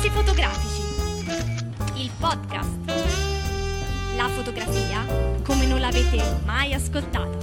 Discorsi fotografici, il podcast. La fotografia come non l'avete mai ascoltata.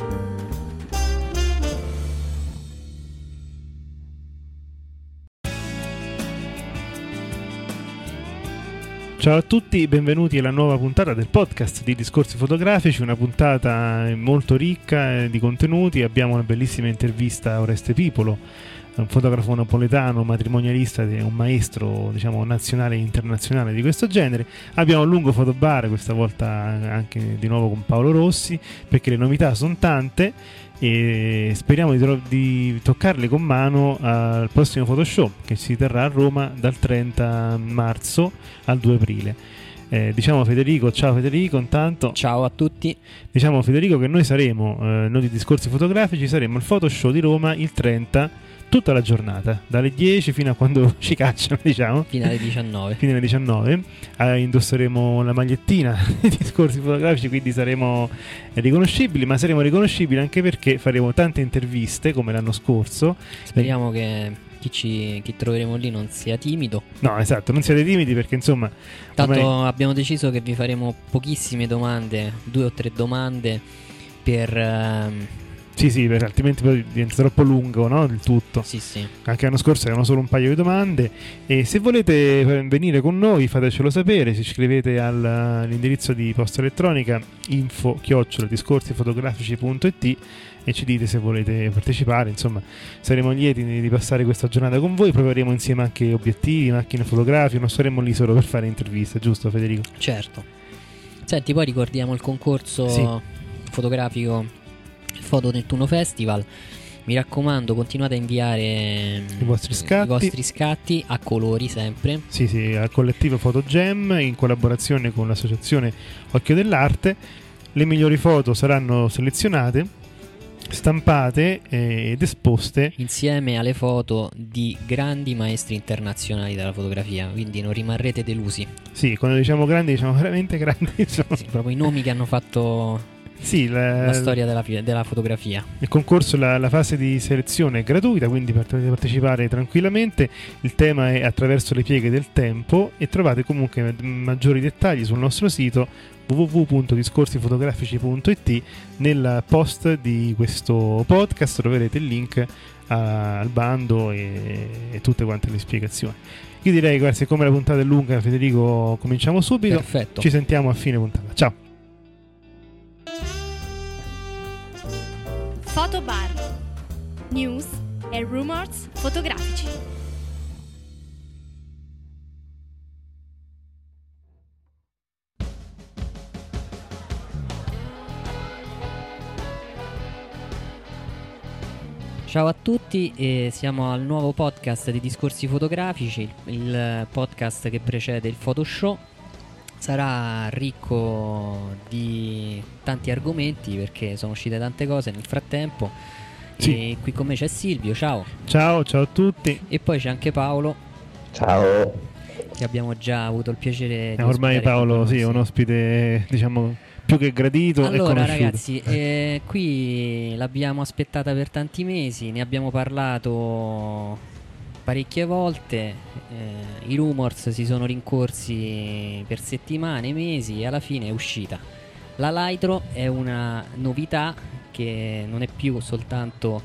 Ciao a tutti, benvenuti alla nuova puntata del podcast di Discorsi Fotografici, una puntata molto ricca di contenuti. Abbiamo una bellissima intervista a Oreste Pipolo, un fotografo napoletano, matrimonialista, un maestro, diciamo, nazionale e internazionale di questo genere. Abbiamo un lungo fotobar, questa volta anche di nuovo con Paolo Rossi, perché le novità sono tante e speriamo di toccarle con mano al prossimo Photoshow che si terrà a Roma dal 30 marzo al 2 aprile. Diciamo Federico, ciao Federico, intanto ciao a tutti. Diciamo Federico che noi saremo, noi di Discorsi Fotografici, saremo al Photoshow di Roma il 30, tutta la giornata, dalle 10 fino a quando ci cacciano, diciamo, fino alle 19. Fino alle 19. Indosseremo la magliettina di Discorsi Fotografici, quindi saremo riconoscibili, ma saremo riconoscibili anche perché faremo tante interviste come l'anno scorso. Speriamo che chi troveremo lì non sia timido. No, esatto, non siate timidi perché insomma tanto abbiamo deciso che vi faremo pochissime domande, 2 o 3 domande per Sì, perché altrimenti poi diventa troppo lungo, no? Il tutto. Sì. Anche l'anno scorso erano solo un paio di domande. E se volete venire con noi, fatecelo sapere. Si iscrivete all'indirizzo di posta elettronica info@discorsifotografici.it e ci dite se volete partecipare. Insomma, saremo lieti di passare questa giornata con voi. Proveremo insieme anche obiettivi, macchine fotografiche. Non saremo lì solo per fare interviste, giusto Federico? Certo. Senti, poi ricordiamo il concorso fotografico Foto Nettuno Festival. Mi raccomando, continuate a inviare i vostri scatti a colori sempre. Sì, al collettivo Photogem in collaborazione con l'associazione Occhio dell'Arte. Le migliori foto saranno selezionate, stampate ed esposte insieme alle foto di grandi maestri internazionali della fotografia, quindi non rimarrete delusi. Sì, quando diciamo grandi diciamo veramente grandi. Sì, proprio i nomi che hanno fatto la storia della fotografia. Il concorso, la fase di selezione è gratuita, quindi potete partecipare tranquillamente. Il tema è attraverso le pieghe del tempo e trovate comunque maggiori dettagli sul nostro sito www.discorsifotografici.it. Nel post di questo podcast troverete il link al bando e tutte quante le spiegazioni. Io direi che siccome la puntata è lunga, Federico, cominciamo subito. Perfetto. Ci sentiamo a fine puntata. Ciao. Fotobar, news e rumors fotografici. Ciao a tutti e siamo al nuovo podcast di Discorsi Fotografici, il podcast che precede il Photoshow. Sarà ricco di tanti argomenti perché sono uscite tante cose nel frattempo. Sì. E qui con me c'è Silvio, ciao Ciao a tutti. E poi c'è anche Paolo. Ciao. Che abbiamo già avuto il piacere di ormai Paolo è un ospite, diciamo, più che gradito. Allora ragazzi, qui l'abbiamo aspettata per tanti mesi, ne abbiamo parlato parecchie volte, i rumors si sono rincorsi per settimane, mesi e alla fine è uscita. La Lytro è una novità che non è più soltanto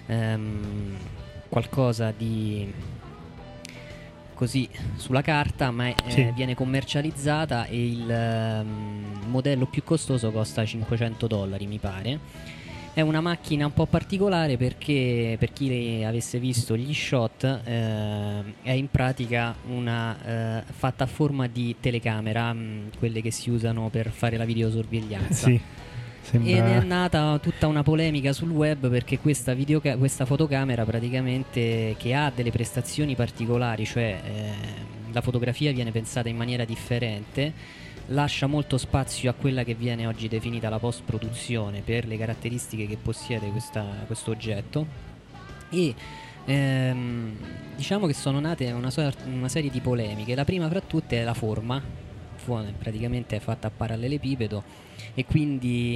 qualcosa di così sulla carta, ma viene commercializzata e il modello più costoso costa $500, mi pare. È una macchina un po' particolare perché, per chi avesse visto gli shot, è in pratica una fatta a forma di telecamera, quelle che si usano per fare la videosorveglianza. Sì, ed è nata tutta una polemica sul web perché questa fotocamera praticamente, che ha delle prestazioni particolari, cioè la fotografia viene pensata in maniera differente, lascia molto spazio a quella che viene oggi definita la post-produzione per le caratteristiche che possiede questo oggetto. E diciamo che sono nate una serie di polemiche. La prima fra tutte è la forma. Praticamente è fatta a parallelepipedo e quindi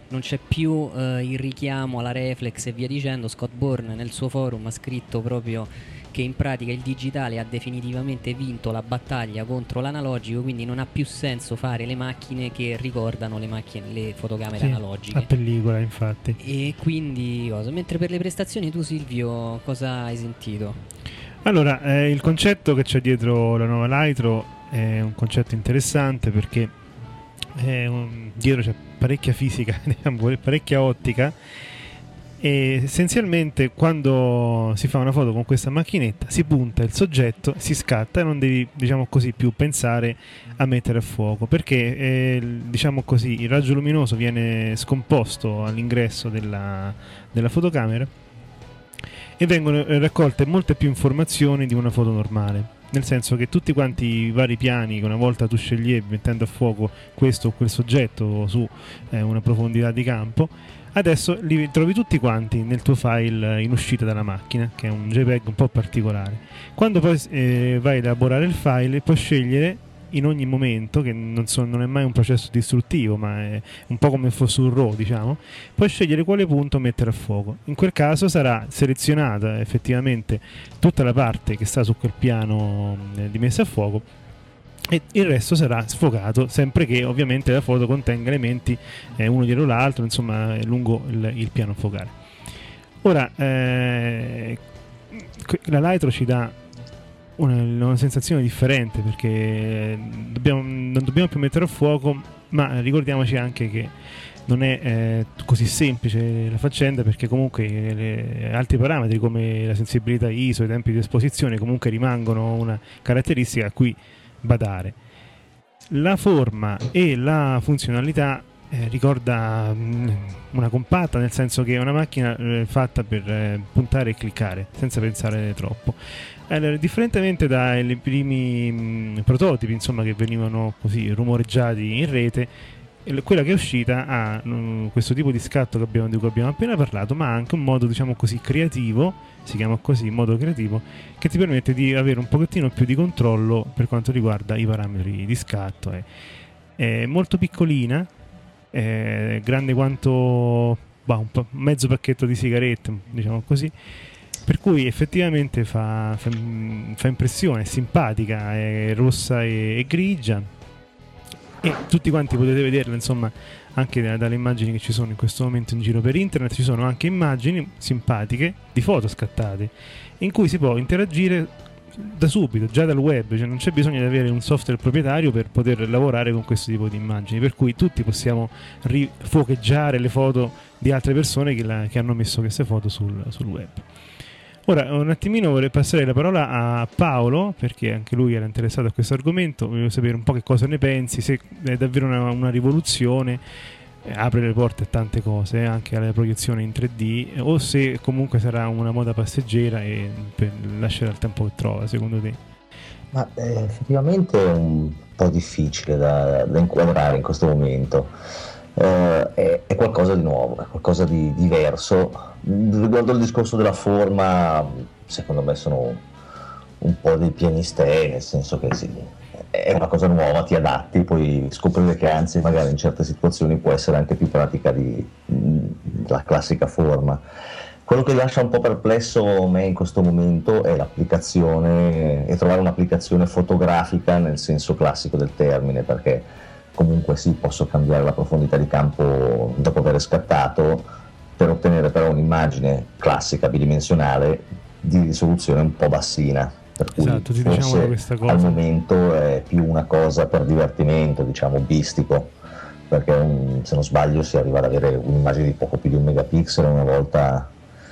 non c'è più il richiamo alla reflex e via dicendo. Scott Bourne nel suo forum ha scritto proprio che in pratica il digitale ha definitivamente vinto la battaglia contro l'analogico, quindi non ha più senso fare le macchine che ricordano le fotocamere analogiche. A pellicola, infatti. E quindi mentre per le prestazioni tu, Silvio, cosa hai sentito? Allora, il concetto che c'è dietro la nuova Lytro è un concetto interessante, perché dietro c'è parecchia fisica, parecchia ottica, e essenzialmente quando si fa una foto con questa macchinetta si punta il soggetto, si scatta e non devi, diciamo così, più pensare a mettere a fuoco, perché diciamo così, il raggio luminoso viene scomposto all'ingresso della fotocamera e vengono raccolte molte più informazioni di una foto normale, nel senso che tutti quanti i vari piani che una volta tu sceglievi mettendo a fuoco questo o quel soggetto su una profondità di campo, adesso li trovi tutti quanti nel tuo file in uscita dalla macchina, che è un JPEG un po' particolare. Quando poi vai ad elaborare il file, puoi scegliere in ogni momento, che non è mai un processo distruttivo, ma è un po' come fosse un RAW, diciamo, puoi scegliere quale punto mettere a fuoco. In quel caso sarà selezionata effettivamente tutta la parte che sta su quel piano di messa a fuoco, e il resto sarà sfocato, sempre che ovviamente la foto contenga elementi uno dietro l'altro, insomma, lungo il piano focale. Ora, la Lytro ci dà una sensazione differente, perché non dobbiamo più mettere a fuoco, ma ricordiamoci anche che non è così semplice la faccenda, perché comunque altri parametri come la sensibilità ISO e i tempi di esposizione comunque rimangono una caratteristica a cui badare. La forma e la funzionalità ricorda una compatta, nel senso che è una macchina fatta per puntare e cliccare senza pensare troppo. Differentemente dai primi prototipi, insomma, che venivano così rumoreggiati in rete, quella che è uscita ha questo tipo di scatto di cui abbiamo appena parlato, ma anche un modo, diciamo così, creativo, si chiama così, modo creativo, che ti permette di avere un pochettino più di controllo per quanto riguarda i parametri di scatto. È molto piccolina, grande quanto mezzo pacchetto di sigarette, diciamo così, per cui effettivamente fa impressione, è simpatica, è rossa e grigia, e tutti quanti potete vederla, insomma, anche dalle immagini che ci sono in questo momento in giro per internet. Ci sono anche immagini simpatiche di foto scattate in cui si può interagire da subito, già dal web, cioè non c'è bisogno di avere un software proprietario per poter lavorare con questo tipo di immagini, per cui tutti possiamo rifocheggiare le foto di altre persone che hanno messo queste foto sul web. Ora un attimino vorrei passare la parola a Paolo, perché anche lui era interessato a questo argomento. Voglio sapere un po' che cosa ne pensi, se è davvero una rivoluzione, apre le porte a tante cose, anche alla proiezione in 3D, o se comunque sarà una moda passeggera e lascerà il tempo che trova, secondo te? Ma effettivamente è un po' difficile da inquadrare in questo momento. È qualcosa di nuovo, è qualcosa di diverso. Riguardo il discorso della forma, secondo me sono un po' dei pianistei, nel senso che sì, è una cosa nuova, ti adatti, puoi scoprire che anzi magari in certe situazioni può essere anche più pratica della classica forma. Quello che lascia un po' perplesso me in questo momento è l'applicazione, e trovare un'applicazione fotografica nel senso classico del termine, perché comunque sì, posso cambiare la profondità di campo dopo aver scattato, per ottenere però un'immagine classica bidimensionale di risoluzione un po' bassina, per cui esatto, forse questa cosa al momento è più una cosa per divertimento, diciamo hobbistico, perché se non sbaglio si arriva ad avere un'immagine di poco più di 1 megapixel una volta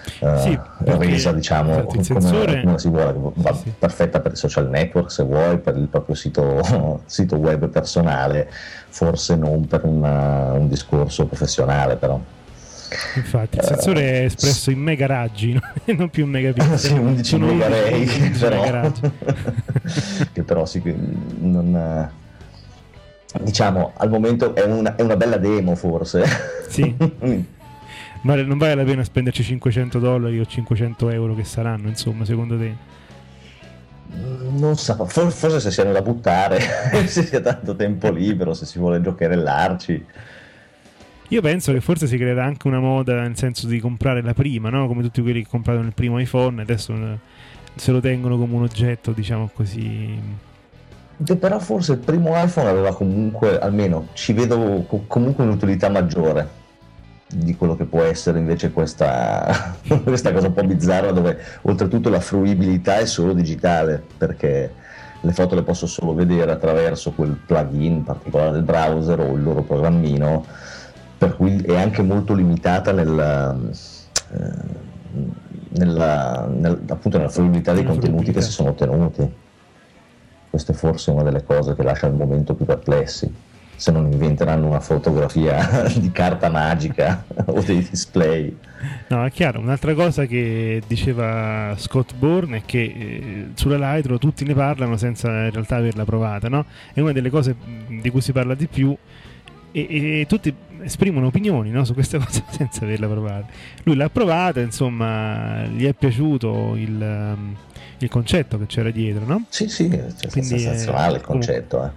resa, diciamo, come si vuole, va perfetta per i social network se vuoi, per il proprio sito web personale, forse non per un discorso professionale, però infatti il sensore è espresso in mega raggi, no? Non più in megapixel, sì, 11 mega ray, che però non, diciamo al momento è una bella demo, forse sì. Ma non vale la pena spenderci $500 o €500 che saranno, insomma, secondo te? Non so, forse se si hanno da buttare, se si ha tanto tempo libero, se si vuole giocherellarci. Io penso che forse si creerà anche una moda nel senso di comprare la prima, no? Come tutti quelli che comprarono il primo iPhone, adesso se lo tengono come un oggetto, diciamo così. Però forse il primo iPhone aveva comunque, almeno ci vedo comunque un'utilità maggiore di quello che può essere invece questa cosa un po' bizzarra, dove oltretutto la fruibilità è solo digitale, perché le foto le posso solo vedere attraverso quel plugin particolare del browser o il loro programmino, per cui è anche molto limitata appunto nella fruibilità dei contenuti che si sono ottenuti. Questa è forse una delle cose che lascia al momento più perplessi, se non inventeranno una fotografia di carta magica o dei display. No, è chiaro. Un'altra cosa che diceva Scott Bourne è che sulla Lightroom tutti ne parlano senza in realtà averla provata, no? È una delle cose di cui si parla di più e tutti esprimono opinioni, no, su queste cose senza averla provata. Lui l'ha provata, insomma, gli è piaciuto il concetto che c'era dietro, no? Sì, è sensazionale il concetto.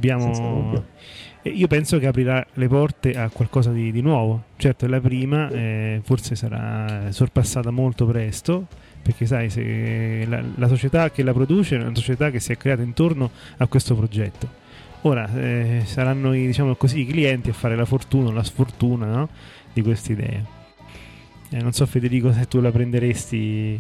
Io penso che aprirà le porte a qualcosa di nuovo. Certo, è la prima, forse sarà sorpassata molto presto, perché sai, se la società che la produce è una società che si è creata intorno a questo progetto. Ora saranno diciamo così, i clienti a fare la fortuna o la sfortuna, no? Di queste idee. Non so, Federico, se tu la prenderesti.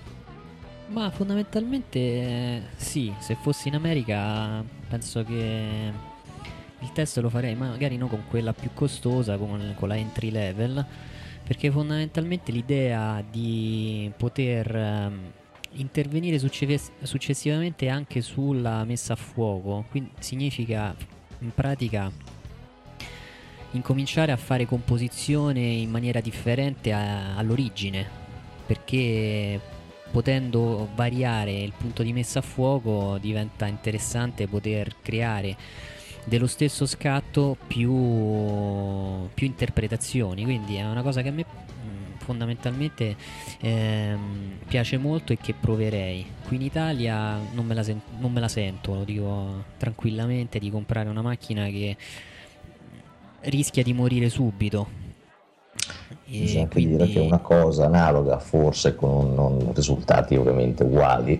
Ma fondamentalmente sì, se fossi in America penso che il test lo farei, magari non con quella più costosa, con la entry level, perché fondamentalmente l'idea di poter intervenire successivamente anche sulla messa a fuoco, quindi significa in pratica incominciare a fare composizione in maniera differente all'origine, perché potendo variare il punto di messa a fuoco diventa interessante poter creare dello stesso scatto più interpretazioni. Quindi è una cosa che a me fondamentalmente piace molto e che proverei. Qui in Italia non me la sento, lo dico tranquillamente, di comprare una macchina che rischia di morire subito. Bisogna anche dire che una cosa analoga, forse con non risultati ovviamente uguali,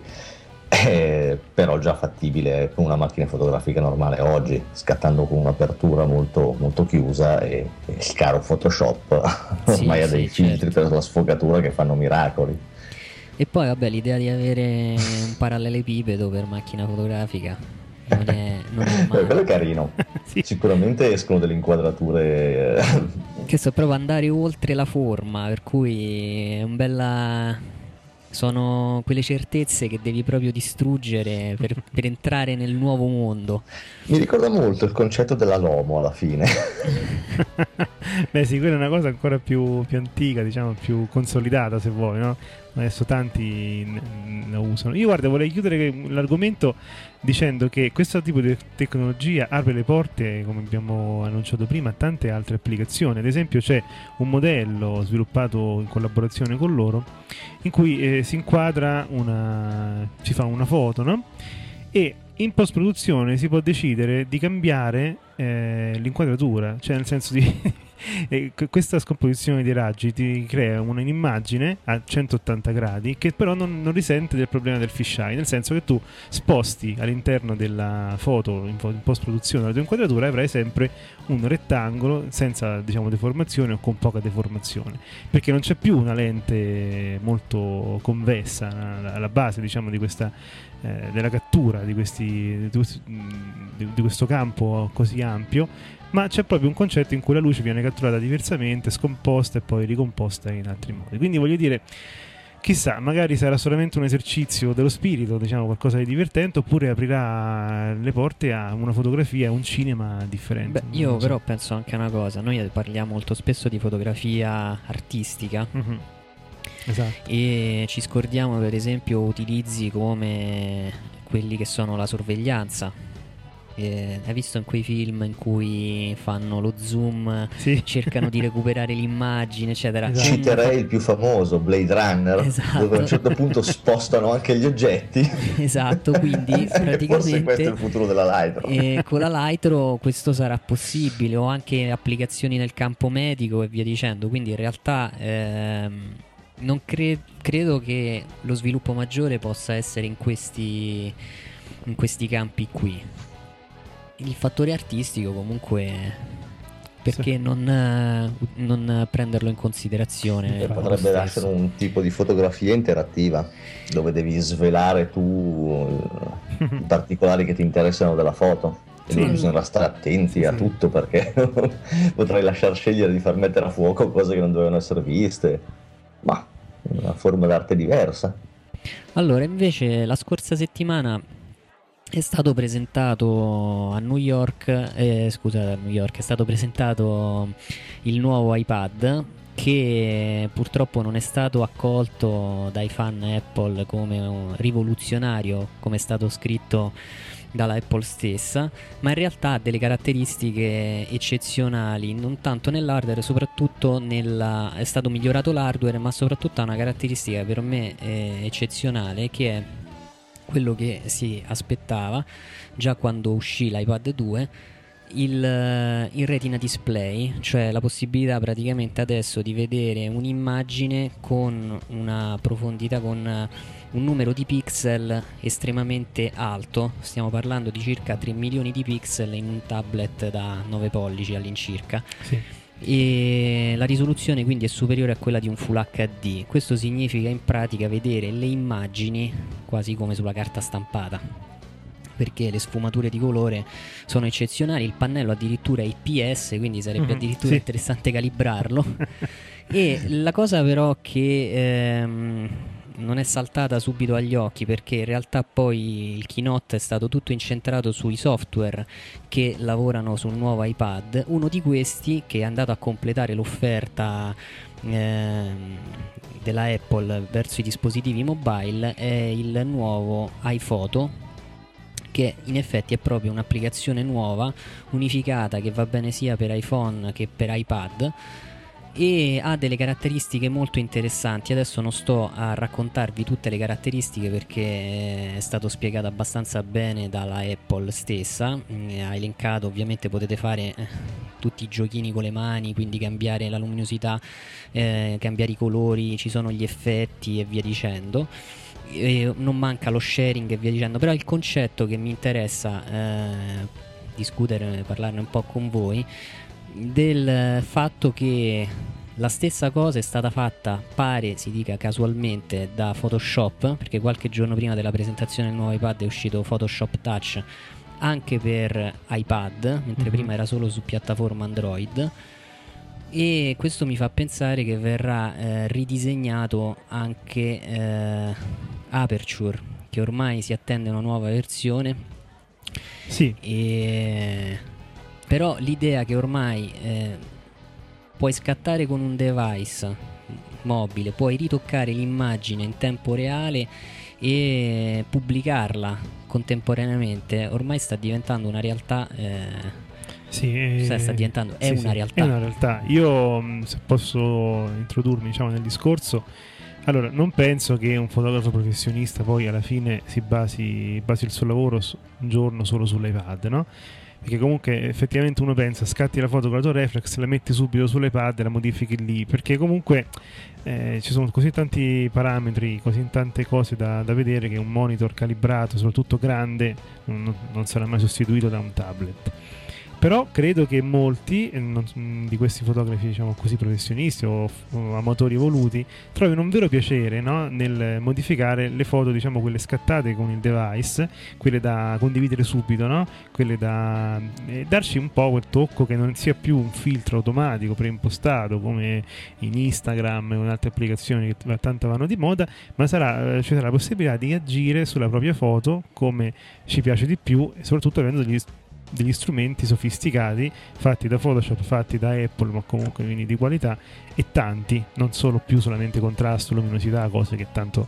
però già fattibile con una macchina fotografica normale oggi, scattando con un'apertura molto, molto chiusa, e il caro Photoshop ormai ha dei filtri per la sfogatura che fanno miracoli. E poi vabbè, l'idea di avere un parallelepipedo per macchina fotografica non è male. Quello è carino. Sì. Sicuramente escono delle inquadrature che so, proprio andare oltre la forma, per cui è un bella. Sono quelle certezze che devi proprio distruggere per entrare nel nuovo mondo. Mi ricorda molto il concetto della Lomo alla fine. Beh sì, quella è una cosa ancora più antica, diciamo, più consolidata se vuoi, no? Adesso tanti la usano. Io guarda, vorrei chiudere l'argomento dicendo che questo tipo di tecnologia apre le porte, come abbiamo annunciato prima, a tante altre applicazioni. Ad esempio c'è un modello sviluppato in collaborazione con loro in cui si inquadra si fa una foto, no? E in post produzione si può decidere di cambiare l'inquadratura, cioè nel senso di questa scomposizione dei raggi ti crea un'immagine a 180 gradi che però non risente del problema del fisheye, nel senso che tu sposti all'interno della foto in post produzione la tua inquadratura e avrai sempre un rettangolo senza, diciamo, deformazione o con poca deformazione, perché non c'è più una lente molto convessa alla base, diciamo, di questa della cattura di questo campo così ampio, ma c'è proprio un concetto in cui la luce viene catturata diversamente, scomposta e poi ricomposta in altri modi. Quindi voglio dire, chissà, magari sarà solamente un esercizio dello spirito, diciamo, qualcosa di divertente, oppure aprirà le porte a una fotografia, a un cinema differente. Beh, io però penso anche a una cosa: noi parliamo molto spesso di fotografia artistica. Mm-hmm. Esatto. E ci scordiamo per esempio utilizzi come quelli che sono la sorveglianza, Hai visto in quei film in cui fanno lo zoom, sì, cercano di recuperare l'immagine, eccetera? Esatto. Citerei il più famoso, Blade Runner, Esatto. dove a un certo punto spostano anche gli oggetti. Esatto, quindi praticamente forse questo è il futuro della Lightroom. con la Lightroom questo sarà possibile, o anche applicazioni nel campo medico e via dicendo. Quindi in realtà non credo che lo sviluppo maggiore possa essere in questi campi qui. Il fattore artistico comunque, perché Sì. non prenderlo in considerazione? E lo potrebbe stesso? essere un tipo di fotografia interattiva dove devi svelare tu i particolari che ti interessano della foto. E Sì. lì bisognerà stare attenti a Sì. tutto, perché potrai lasciar scegliere di far mettere a fuoco cose che non dovevano essere viste, ma una forma d'arte diversa. Allora, invece, la scorsa settimana è stato presentato a New York, è stato presentato il nuovo iPad, che purtroppo non è stato accolto dai fan Apple come un rivoluzionario, come è stato scritto dalla Apple stessa, ma in realtà ha delle caratteristiche eccezionali, non tanto nell'hardware, soprattutto è stato migliorato l'hardware, ma soprattutto ha una caratteristica per me eccezionale, che è quello che si aspettava già quando uscì l'iPad 2, il retina display, cioè la possibilità praticamente adesso di vedere un'immagine con una profondità, con un numero di pixel estremamente alto. Stiamo parlando di circa 3 milioni di pixel in un tablet da 9 pollici all'incirca. Sì. E la risoluzione quindi è superiore a quella di un Full HD. Questo significa in pratica vedere le immagini quasi come sulla carta stampata, perché le sfumature di colore sono eccezionali. Il pannello addirittura è IPS, quindi sarebbe addirittura sì. interessante calibrarlo. E la cosa però che non è saltata subito agli occhi, perché in realtà poi il keynote è stato tutto incentrato sui software che lavorano sul nuovo iPad. Uno di questi, che è andato a completare l'offerta della Apple verso i dispositivi mobile, è il nuovo iPhoto, che in effetti è proprio un'applicazione nuova, unificata, che va bene sia per iPhone che per iPad, e ha delle caratteristiche molto interessanti. Adesso non sto a raccontarvi tutte le caratteristiche, perché è stato spiegato abbastanza bene dalla Apple stessa. Ha elencato, ovviamente potete fare tutti i giochini con le mani, quindi cambiare la luminosità, cambiare i colori, ci sono gli effetti e via dicendo. Non manca lo sharing e via dicendo. Però il concetto che mi interessa discutere, parlarne un po' con voi, del fatto che la stessa cosa è stata fatta, pare si dica casualmente, da Photoshop, perché qualche giorno prima della presentazione del nuovo iPad è uscito Photoshop Touch anche per iPad, mentre prima era solo su piattaforma Android. E questo mi fa pensare che verrà ridisegnato anche Aperture, che ormai si attende una nuova versione. Sì. Però l'idea che ormai puoi scattare con un device mobile, puoi ritoccare l'immagine in tempo reale e pubblicarla contemporaneamente, ormai sta diventando una realtà. Sì, sta diventando, è una realtà. È una realtà. Io, se posso introdurmi, diciamo, nel discorso, allora, non penso che un fotografo professionista poi alla fine si basi il suo lavoro un giorno solo sull'iPad, no? Perché comunque effettivamente uno pensa, scatti la foto con l'autoflex, la metti subito sull'iPad e la modifichi lì, perché comunque ci sono così tanti parametri, così tante cose da vedere, che un monitor calibrato, soprattutto grande, non sarà mai sostituito da un tablet. Però credo che molti di questi fotografi, diciamo così, professionisti o amatori evoluti, trovino un vero piacere, no? Nel modificare le foto, diciamo quelle scattate con il device, quelle da condividere subito, no? Quelle da darci un po' quel tocco, che non sia più un filtro automatico preimpostato come in Instagram e con altre applicazioni che tanto vanno di moda, ma ci sarà la possibilità di agire sulla propria foto come ci piace di più, e soprattutto avendo degli strumenti sofisticati fatti da Photoshop, fatti da Apple, ma comunque quindi di qualità, e tanti, non solo più solamente contrasto, luminosità, cose che tanto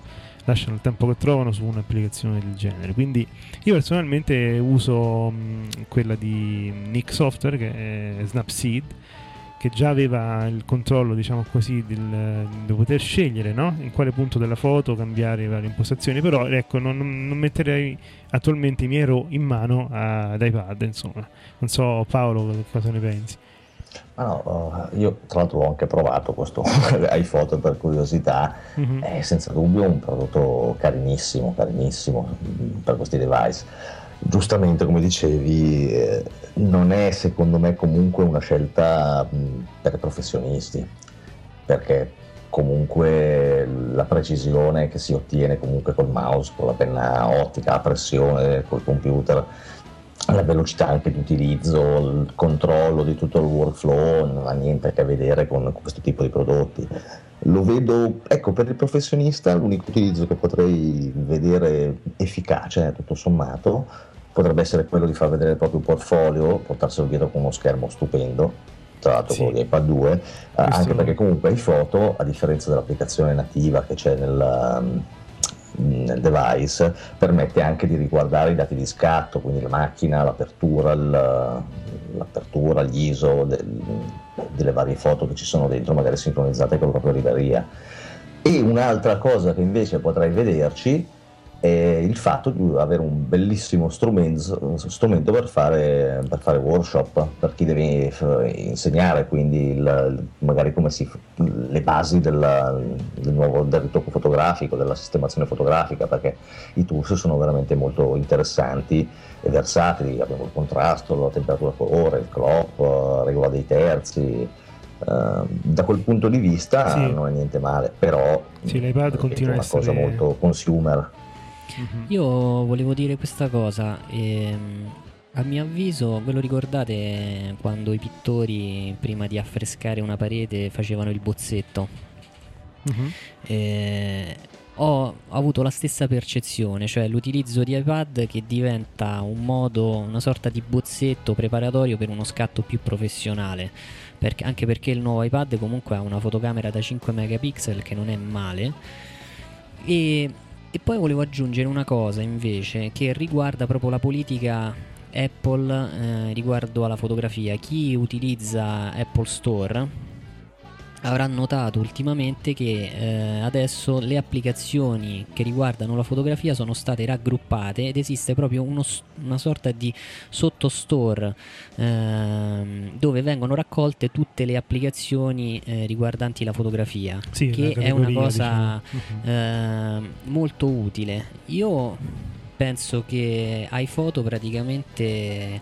lasciano il tempo che trovano su un'applicazione del genere. Quindi io personalmente uso quella di Nik Software, che è Snapseed, che già aveva il controllo, diciamo così, di poter scegliere, no? In quale punto della foto cambiare varie impostazioni. Però ecco, non metterei attualmente i miei RAW in mano ad iPad, insomma. Non so, Paolo, cosa ne pensi? Ma no, io tra l'altro ho anche provato questo iPhoto per curiosità. È senza dubbio un prodotto carinissimo per questi device. Giustamente, come dicevi, non è secondo me comunque una scelta per i professionisti, perché comunque la precisione che si ottiene comunque col mouse, con la penna ottica a pressione, col computer, la velocità anche di utilizzo, il controllo di tutto il workflow non ha niente a che vedere con questo tipo di prodotti. Lo vedo, ecco, per il professionista l'unico utilizzo che potrei vedere efficace, tutto sommato, potrebbe essere quello di far vedere il proprio portfolio, portarselo dietro con uno schermo stupendo, tra l'altro quello di iPad 2, anche perché comunque iPhoto, a differenza dell'applicazione nativa che c'è nel device, permette anche di riguardare i dati di scatto, quindi la macchina, l'apertura, gli ISO delle varie foto che ci sono dentro, magari sincronizzate con la propria libreria. E un'altra cosa che invece potrei vederci è il fatto di avere un bellissimo strumento per fare workshop, per chi deve insegnare, quindi magari come le basi del ritocco fotografico, della sistemazione fotografica, perché i tools sono veramente molto interessanti e versatili. Abbiamo il contrasto, la temperatura colore, il crop, regola dei terzi. Da quel punto di vista non è niente male, però l'iPad continua una cosa molto consumer. Io volevo dire questa cosa, a mio avviso, ve lo ricordate quando i pittori prima di affrescare una parete facevano il bozzetto? Ho avuto la stessa percezione, cioè l'utilizzo di iPad che diventa una sorta di bozzetto preparatorio per uno scatto più professionale, anche perché il nuovo iPad comunque ha una fotocamera da 5 megapixel che non è male. E poi volevo aggiungere una cosa invece che riguarda proprio la politica Apple riguardo alla fotografia. Chi utilizza Apple Store avrà notato ultimamente che adesso le applicazioni che riguardano la fotografia sono state raggruppate ed esiste proprio una sorta di sottostore dove vengono raccolte tutte le applicazioni riguardanti la fotografia, che è una cosa molto utile. Io penso che iPhoto praticamente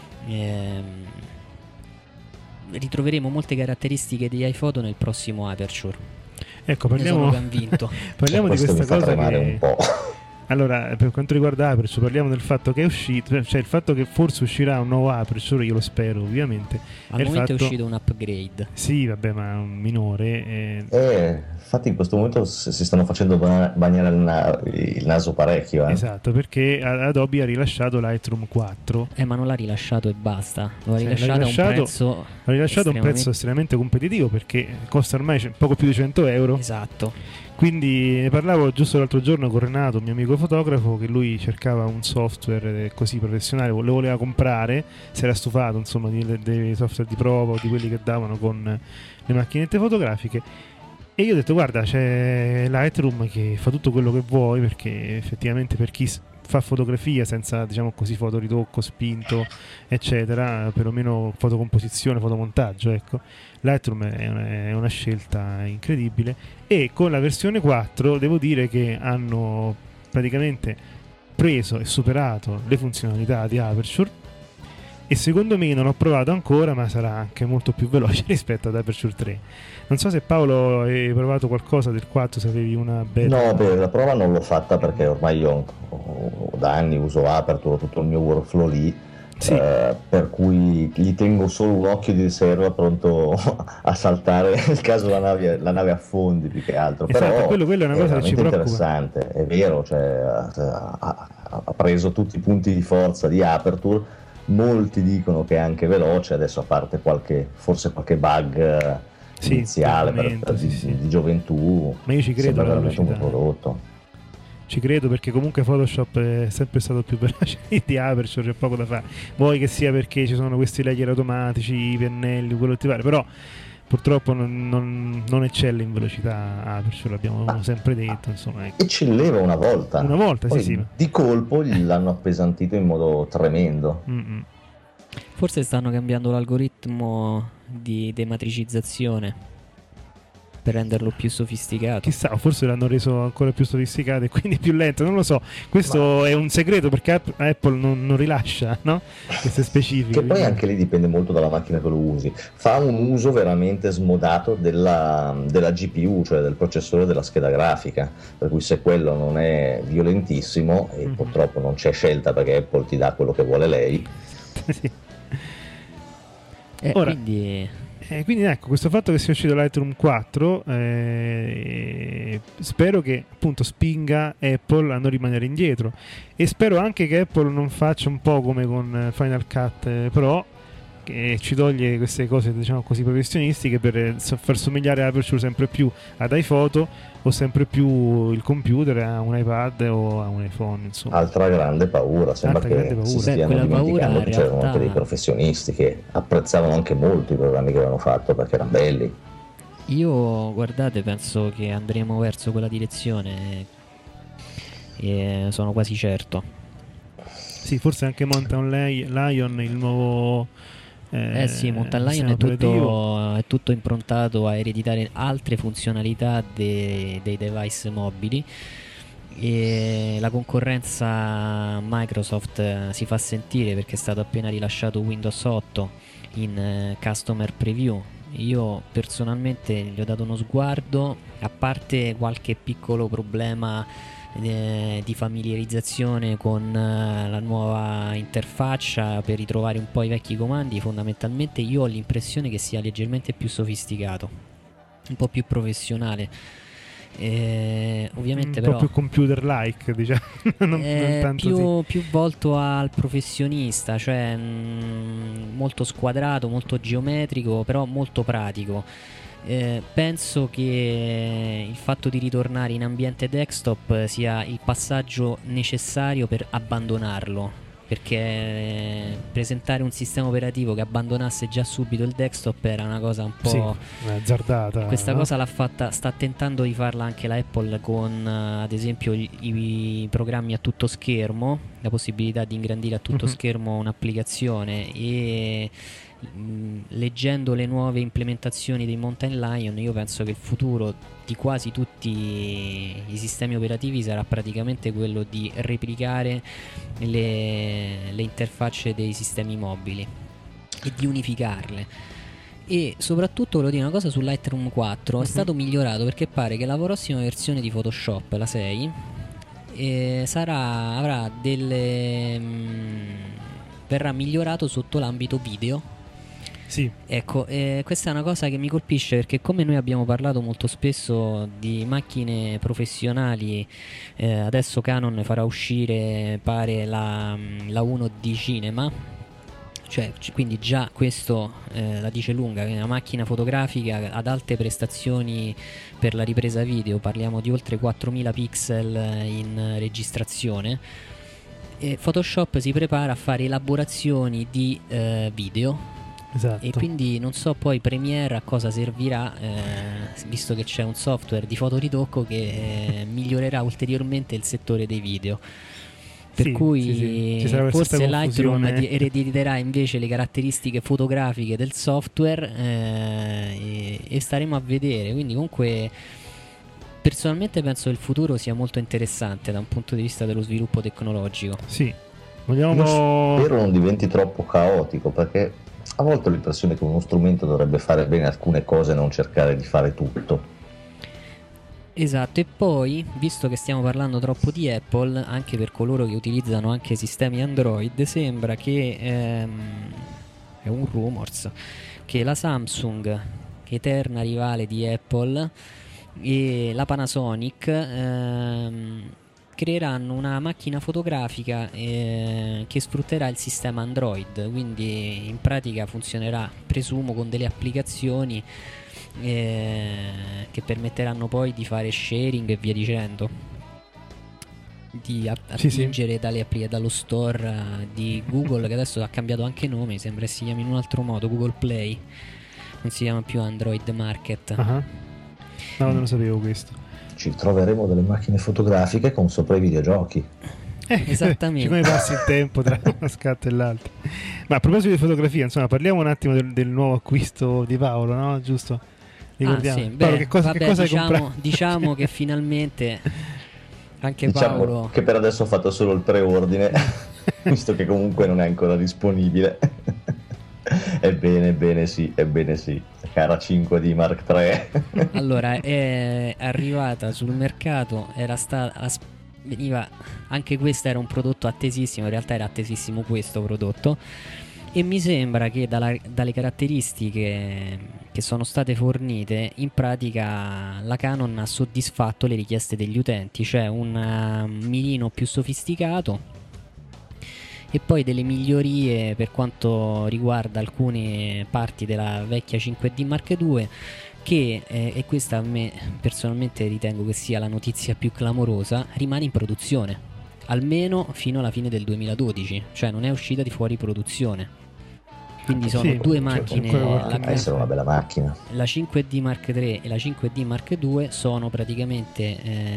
ritroveremo molte caratteristiche di iPhoto nel prossimo Aperture. Ecco, parliamo di questa cosa un po'. Allora, per quanto riguarda Aperture, parliamo del fatto che è uscito, cioè il fatto che forse uscirà un nuovo Aperture, io lo spero ovviamente. Al momento è uscito un upgrade. Sì, vabbè, ma un minore. Infatti in questo momento si stanno facendo bagnare il naso parecchio. Esatto, perché Adobe ha rilasciato Lightroom 4. Ma non l'ha rilasciato e basta. L'ha rilasciato a un prezzo estremamente competitivo, perché costa ormai poco più di 100 euro. Esatto. Quindi ne parlavo giusto l'altro giorno con Renato, mio amico fotografo, che lui cercava un software così professionale, lo voleva comprare, si era stufato insomma dei software di prova o di quelli che davano con le macchinette fotografiche, e io ho detto guarda, c'è Lightroom che fa tutto quello che vuoi, perché effettivamente per chi fa fotografia senza, diciamo così, fotoritocco spinto eccetera, perlomeno fotocomposizione, fotomontaggio, ecco, Lightroom è una scelta incredibile. E con la versione 4 devo dire che hanno praticamente preso e superato le funzionalità di Aperture, e secondo me, non ho provato ancora, ma sarà anche molto più veloce rispetto ad Aperture 3. Non so se Paolo hai provato qualcosa del 4, se avevi una beta. No, la prova non l'ho fatta perché ormai io da anni uso Aperture, tutto il mio workflow lì, per cui gli tengo solo un occhio di riserva pronto a saltare nel caso la nave affondi, più che altro. Esatto, però quello è una cosa che ci preoccupa. Interessante, è vero, cioè, ha preso tutti i punti di forza di Aperture. Molti dicono che è anche veloce, adesso a parte forse qualche bug iniziale di gioventù, ma io ci credo, sembra veramente un buon prodotto. Ci credo, perché comunque Photoshop è sempre stato più veloce di Aperture, c'è poco da fare. Vuoi che sia perché ci sono questi layer automatici, i pennelli, quello che ti pare, però purtroppo non eccelle in velocità Aperture, l'abbiamo sempre detto, insomma, ecco. Eccelleva una volta, poi sì. Di colpo l'hanno appesantito in modo tremendo. Forse stanno cambiando l'algoritmo di dematricizzazione per renderlo più sofisticato. Chissà, forse l'hanno reso ancora più sofisticato e quindi più lento, non lo so. Questo è un segreto, perché Apple non rilascia, no? Queste specifiche. Che poi anche lì dipende molto dalla macchina che lo usi. Fa un uso veramente smodato della GPU, cioè del processore della scheda grafica, per cui se quello non è violentissimo, e purtroppo non c'è scelta perché Apple ti dà quello che vuole lei. Sì. Ora, quindi ecco, questo fatto che sia uscito Lightroom 4 spero che appunto spinga Apple a non rimanere indietro, e spero anche che Apple non faccia un po' come con Final Cut Pro, che ci toglie queste cose, diciamo così, professionistiche, per far somigliare Aperture sempre più ad iPhoto o sempre più il computer a un iPad o a un iPhone, insomma. Altra grande paura, sembra che si stiano dimenticando che c'erano anche dei professionisti che apprezzavano anche molto i programmi che avevano fatto perché erano belli. Io, guardate, penso che andremo verso quella direzione e sono quasi certo. Sì, forse anche Mountain Lion, il nuovo sì, Mountain Lion è tutto improntato a ereditare altre funzionalità dei device mobili, e la concorrenza Microsoft si fa sentire perché è stato appena rilasciato Windows 8 in Customer Preview. Io personalmente gli ho dato uno sguardo, a parte qualche piccolo problema di familiarizzazione con la nuova interfaccia per ritrovare un po' i vecchi comandi. Fondamentalmente io ho l'impressione che sia leggermente più sofisticato, un po' più professionale, ovviamente un però po' più computer-like, diciamo. non tanto più volto al professionista, cioè molto squadrato, molto geometrico, però molto pratico. Penso che il fatto di ritornare in ambiente desktop sia il passaggio necessario per abbandonarlo, perché presentare un sistema operativo che abbandonasse già subito il desktop era una cosa un po' azzardata. Questa cosa l'ha fatta, sta tentando di farla anche la Apple con ad esempio i programmi a tutto schermo, la possibilità di ingrandire a tutto schermo un'applicazione, e leggendo le nuove implementazioni dei Mountain Lion io penso che il futuro di quasi tutti i sistemi operativi sarà praticamente quello di replicare le interfacce dei sistemi mobili e di unificarle. E soprattutto volevo dire una cosa su Lightroom 4, è stato migliorato perché pare che la prossima versione di Photoshop, la 6, avrà verrà migliorato sotto l'ambito video. Sì. Ecco, questa è una cosa che mi colpisce, perché come noi abbiamo parlato molto spesso di macchine professionali, adesso Canon farà uscire, pare, la 1D Cinema, cioè quindi già questo la dice lunga, che è una macchina fotografica ad alte prestazioni per la ripresa video, parliamo di oltre 4000 pixel in registrazione. E Photoshop si prepara a fare elaborazioni di video. Esatto. E quindi non so poi Premiere a cosa servirà, visto che c'è un software di fotoritocco che migliorerà ulteriormente il settore dei video. Per cui forse Lightroom erediterà invece le caratteristiche fotografiche del software, e staremo a vedere. Quindi comunque personalmente penso che il futuro sia molto interessante da un punto di vista dello sviluppo tecnologico. Sì. Spero non diventi troppo caotico, perché a volte ho l'impressione che uno strumento dovrebbe fare bene alcune cose e non cercare di fare tutto. Esatto, e poi, visto che stiamo parlando troppo di Apple, anche per coloro che utilizzano anche sistemi Android, sembra che è un rumors che la Samsung, eterna rivale di Apple, e la Panasonic creeranno una macchina fotografica che sfrutterà il sistema Android, quindi in pratica funzionerà, presumo, con delle applicazioni che permetteranno poi di fare sharing e via dicendo. di attingere dallo store di Google, che adesso ha cambiato anche nome, mi sembra si chiami in un altro modo, Google Play, non si chiama più Android Market. No, non lo sapevo questo. Ci troveremo delle macchine fotografiche con sopra i videogiochi. Esattamente. Come passi il tempo tra una scatta e l'altra. Ma a proposito di fotografia, insomma, parliamo un attimo del nuovo acquisto di Paolo, no? Giusto? Ricordiamo. Sì. Paolo, che cosa hai comprato? Diciamo che finalmente anche Paolo, che per adesso ho fatto solo il preordine, visto che comunque non è ancora disponibile. Ebbene sì, cara 5D Mark III. Allora, è arrivata sul mercato, veniva, anche questo era un prodotto attesissimo, in realtà era attesissimo questo prodotto, e mi sembra che dalle caratteristiche che sono state fornite, in pratica la Canon ha soddisfatto le richieste degli utenti, cioè un mirino più sofisticato e poi delle migliorie per quanto riguarda alcune parti della vecchia 5D Mark II, che e questa a me personalmente ritengo che sia la notizia più clamorosa, rimane in produzione almeno fino alla fine del 2012, cioè non è uscita di fuori produzione. Quindi sono due macchine, essere una bella macchina. La 5D Mark III e la 5D Mark II sono praticamente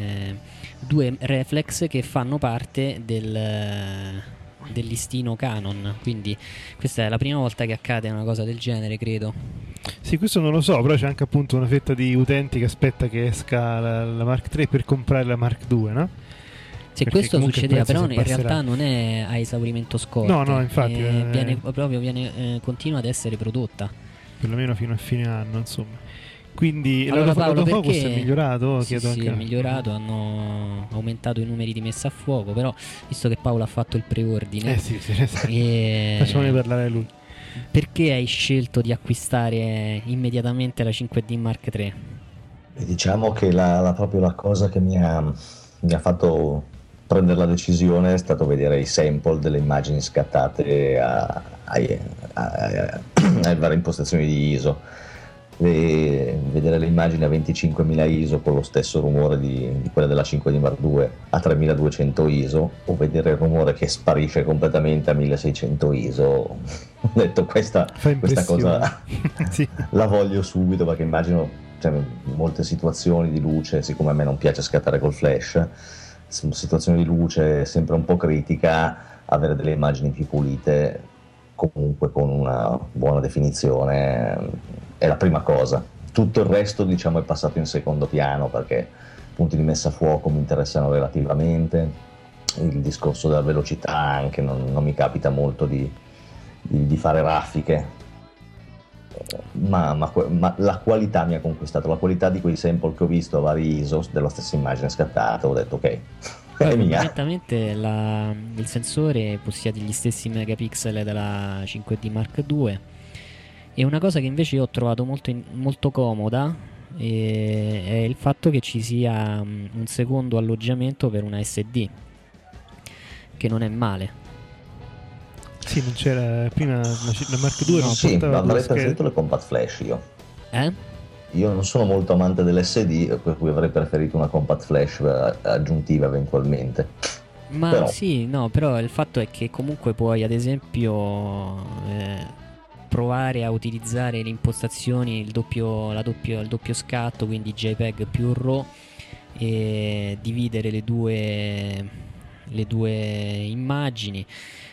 due reflex che fanno parte del listino Canon, quindi questa è la prima volta che accade una cosa del genere, credo. Sì, questo non lo so, però c'è anche appunto una fetta di utenti che aspetta che esca la Mark III per comprare la Mark II, no? Se perché questo succedeva, però in realtà non è a esaurimento scorte. No, infatti continua ad essere prodotta perlomeno fino a fine anno, insomma. Quindi allora, l'autofocus è migliораto? Sì, è migliorato, hanno aumentato i numeri di messa a fuoco, però visto che Paolo ha fatto il preordine, facciamone parlare lui. Perché hai scelto di acquistare immediatamente la 5D Mark III? Diciamo che proprio la cosa che mi ha fatto prendere la decisione è stato vedere i sample delle immagini scattate alle varie impostazioni di ISO. E vedere le immagini a 25.000 ISO con lo stesso rumore di quella della 5D Mark II a 3200 ISO, o vedere il rumore che sparisce completamente a 1600 ISO, ho detto questa cosa sì. La voglio subito, perché immagino, cioè, molte situazioni di luce, siccome a me non piace scattare col flash, situazioni di luce sempre un po' critica, avere delle immagini più pulite comunque con una buona definizione è la prima cosa. Tutto il resto, diciamo, è passato in secondo piano, perché punti di messa a fuoco mi interessano relativamente, il discorso della velocità anche non mi capita molto di fare raffiche, ma la qualità mi ha conquistato, la qualità di quei sample che ho visto a vari ISO della stessa immagine scattata, ho detto ok. Evidentemente il sensore possiede gli stessi megapixel della 5D Mark II, e una cosa che invece io ho trovato molto comoda è il fatto che ci sia un secondo alloggiamento per una SD, che non è male. Sì, non c'era prima la Mark II, non sì, portava avrei preferito le compact flash io. Io non sono molto amante dell'SD, per cui avrei preferito una compact flash aggiuntiva eventualmente. Ma però sì, no, però il fatto è che comunque puoi, ad esempio, provare a utilizzare le impostazioni, il doppio scatto, quindi JPEG più RAW, e dividere le due immagini.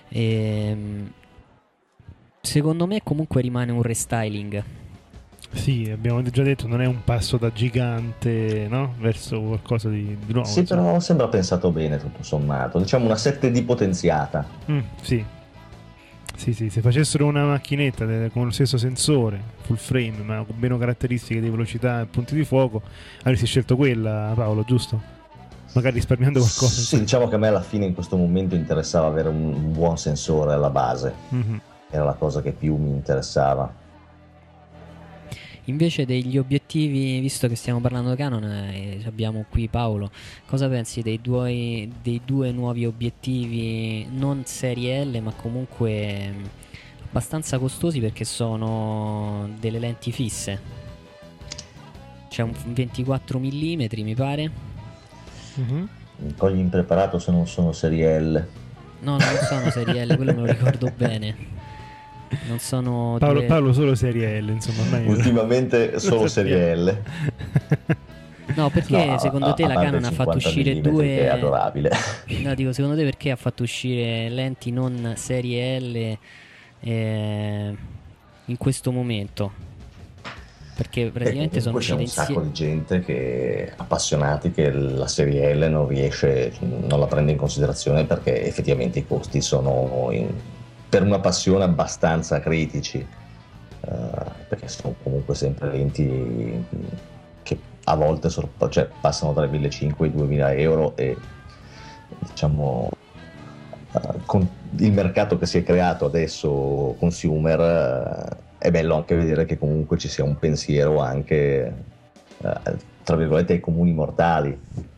Secondo me comunque rimane un restyling. Sì, abbiamo già detto, non è un passo da gigante, no? Verso qualcosa di nuovo. Sì, insomma. Però sembra pensato bene tutto sommato. Diciamo una 7D potenziata. Sì, se facessero una macchinetta con lo stesso sensore, full frame, ma con meno caratteristiche di velocità e punti di fuoco, avresti scelto quella, Paolo, giusto? Magari risparmiando qualcosa. Sì, diciamo che a me alla fine in questo momento interessava avere un buon sensore alla base. Era la cosa che più mi interessava. Invece degli obiettivi, visto che stiamo parlando di Canon e abbiamo qui Paolo, cosa pensi dei due nuovi obiettivi, non serie L ma comunque abbastanza costosi, perché sono delle lenti fisse? C'è un 24 mm mi pare. Mi cogli impreparato se non sono serie L. No, non sono serie L, quello me lo ricordo bene. Non sono Paolo solo serie L, insomma. Ormai ultimamente solo serie L. No, perché secondo te la Canon ha fatto uscire due... Che è adorabile. No, dico, secondo te perché ha fatto uscire lenti non serie L in questo momento? Perché praticamente sono uscite insieme. C'è un sacco di gente appassionati che la serie L non la prende in considerazione perché effettivamente i costi sono per una passione abbastanza critici, perché sono comunque sempre lenti che a volte passano tra i 1.500 e i 2.000 euro e diciamo con il mercato che si è creato adesso consumer è bello anche vedere che comunque ci sia un pensiero anche tra virgolette ai comuni mortali.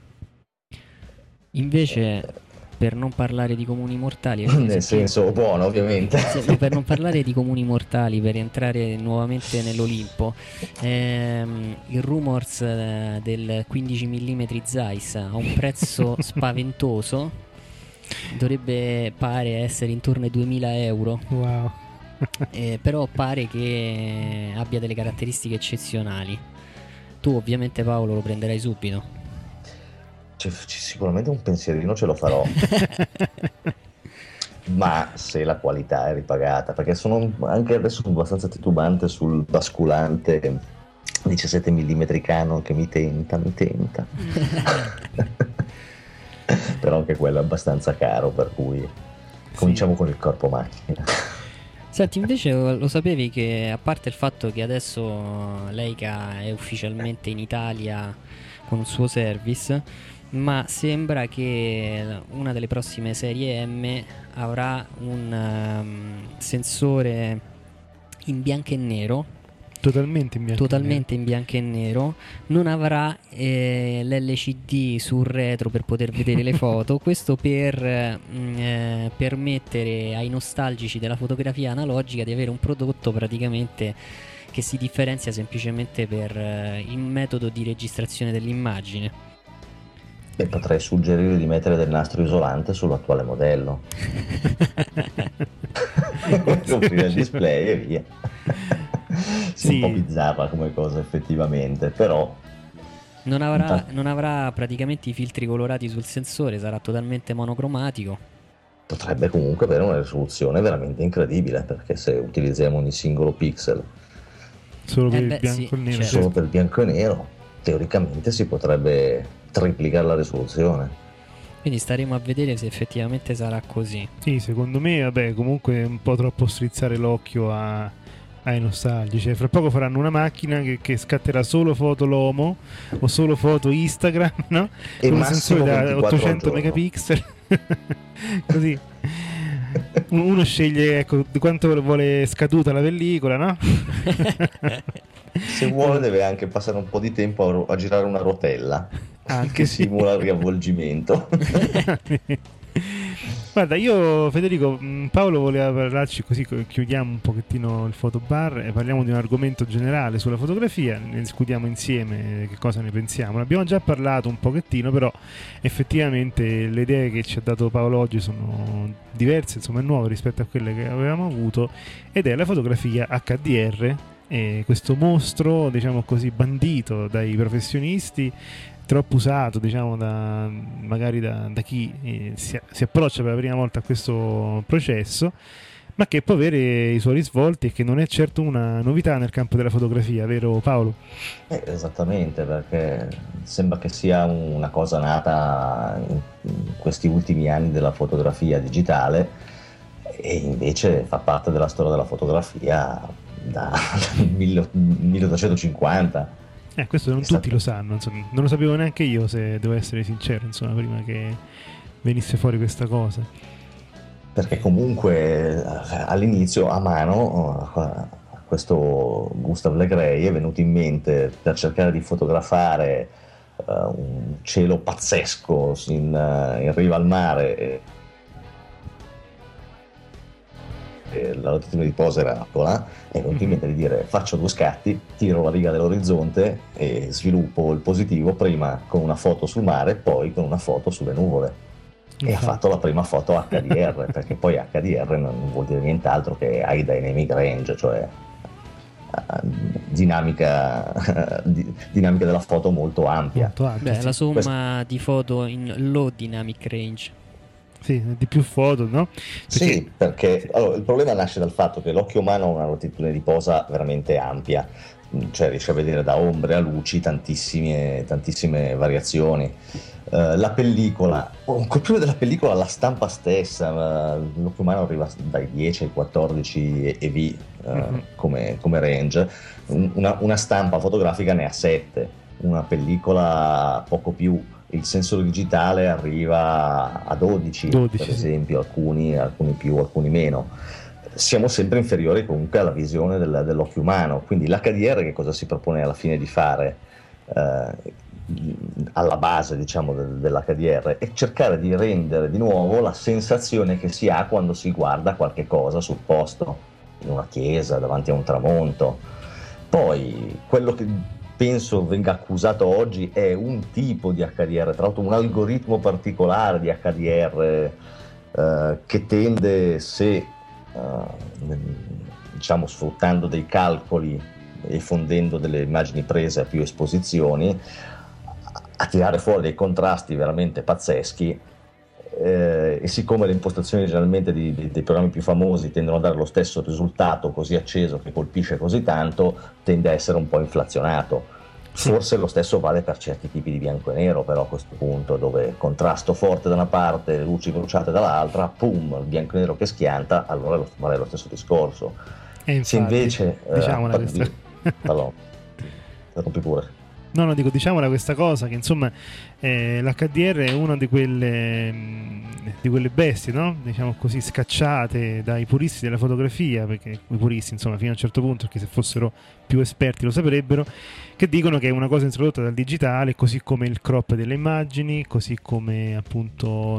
Invece per non parlare di comuni mortali nel senso buono ovviamente per non parlare di comuni mortali, per entrare nuovamente nell'Olimpo, il Rumors del 15 mm Zeiss a un prezzo spaventoso dovrebbe pare essere intorno ai 2.000 euro. Wow. Però pare che abbia delle caratteristiche eccezionali. Tu ovviamente Paolo lo prenderai subito. Sicuramente un pensierino ce lo farò. Ma se la qualità è ripagata, perché sono anche adesso abbastanza titubante sul basculante 17 mm Canon che mi tenta però anche quello è abbastanza caro, per cui cominciamo con il corpo macchina. Senti, invece lo sapevi che a parte il fatto che adesso Leica è ufficialmente in Italia con il suo service, ma sembra che una delle prossime serie M avrà un sensore in bianco e nero, totalmente in bianco e nero, non avrà l'LCD sul retro per poter vedere le foto. Questo per permettere ai nostalgici della fotografia analogica di avere un prodotto praticamente che si differenzia semplicemente per il metodo di registrazione dell'immagine. E potrei suggerire di mettere del nastro isolante sull'attuale modello. Coprire il display e via. Sì, un po' bizzarra come cosa effettivamente, però non avrà praticamente i filtri colorati sul sensore, sarà totalmente monocromatico. Potrebbe comunque avere una risoluzione veramente incredibile, perché se utilizziamo ogni singolo pixel solo per il bianco e nero, certo. Solo per il bianco e nero, teoricamente si potrebbe triplicare la risoluzione. Quindi staremo a vedere se effettivamente sarà così. Sì, secondo me comunque è un po' troppo strizzare l'occhio ai nostalgici. Fra poco faranno una macchina che scatterà solo foto Lomo o solo foto Instagram, no? E con un sensore da 800 megapixel. Così uno sceglie di quanto vuole scaduta la pellicola, no? Se vuole deve anche passare un po' di tempo a girare una rotella anche che simula il riavvolgimento. Guarda, io Federico, Paolo voleva parlarci, così chiudiamo un pochettino il fotobar e parliamo di un argomento generale sulla fotografia, ne discutiamo insieme che cosa ne pensiamo. Ne abbiamo già parlato un pochettino, però effettivamente le idee che ci ha dato Paolo oggi sono diverse, insomma è nuove rispetto a quelle che avevamo avuto, ed è la fotografia HDR, questo mostro, diciamo così, bandito dai professionisti, troppo usato, diciamo, magari da chi si approccia per la prima volta a questo processo, ma che può avere i suoi risvolti e che non è certo una novità nel campo della fotografia, vero Paolo? Esattamente, perché sembra che sia una cosa nata in questi ultimi anni della fotografia digitale e invece fa parte della storia della fotografia da 1850. Questo non tutti lo sanno, insomma. Non lo sapevo neanche io, se devo essere sincero, insomma, prima che venisse fuori questa cosa. Perché comunque all'inizio a mano questo Gustav Le Gray è venuto in mente per cercare di fotografare un cielo pazzesco in riva al mare, la latitudine di posa era piccola, e mi in mente di dire faccio 2 scatti, tiro la riga dell'orizzonte e sviluppo il positivo prima con una foto sul mare, poi con una foto sulle nuvole. E ha fatto la prima foto HDR, perché poi HDR non vuol dire nient'altro che High Dynamic Range, cioè dinamica della foto molto ampia. Beh, la somma di foto in low dynamic range. Sì, di più foto, no? Sì, perché allora, il problema nasce dal fatto che l'occhio umano ha una latitudine di posa veramente ampia, cioè riesce a vedere da ombre a luci tantissime variazioni. La pellicola, col più della pellicola, la stampa stessa, l'occhio umano arriva dai 10 ai 14 EV come range, una stampa fotografica ne ha 7, una pellicola poco più. Il sensore digitale arriva a 12 per esempio, alcuni più, alcuni meno. Siamo sempre inferiori comunque alla visione dell'occhio umano, quindi l'HDR che cosa si propone alla fine di fare alla base, diciamo, dell'HDR è cercare di rendere di nuovo la sensazione che si ha quando si guarda qualche cosa sul posto, in una chiesa, davanti a un tramonto. Poi quello che penso venga accusato oggi è un tipo di HDR, tra l'altro un algoritmo particolare di HDR che tende, diciamo sfruttando dei calcoli e fondendo delle immagini prese a più esposizioni, a tirare fuori dei contrasti veramente pazzeschi, e siccome le impostazioni generalmente dei programmi più famosi tendono a dare lo stesso risultato così acceso che colpisce così tanto, tende a essere un po' inflazionato. Forse lo stesso vale per certi tipi di bianco e nero, però a questo punto, dove contrasto forte da una parte, luci bruciate dall'altra, pum, il bianco e nero che schianta, allora vale lo stesso discorso. E infatti, se invece diciamola questa. Allora, rompi pure. No, dico, diciamola questa cosa, che insomma l'HDR è una di quelle bestie, no? Diciamo così, scacciate dai puristi della fotografia, perché i puristi, insomma, fino a un certo punto, perché se fossero più esperti lo saprebbero, che dicono che è una cosa introdotta dal digitale, così come il crop delle immagini, così come appunto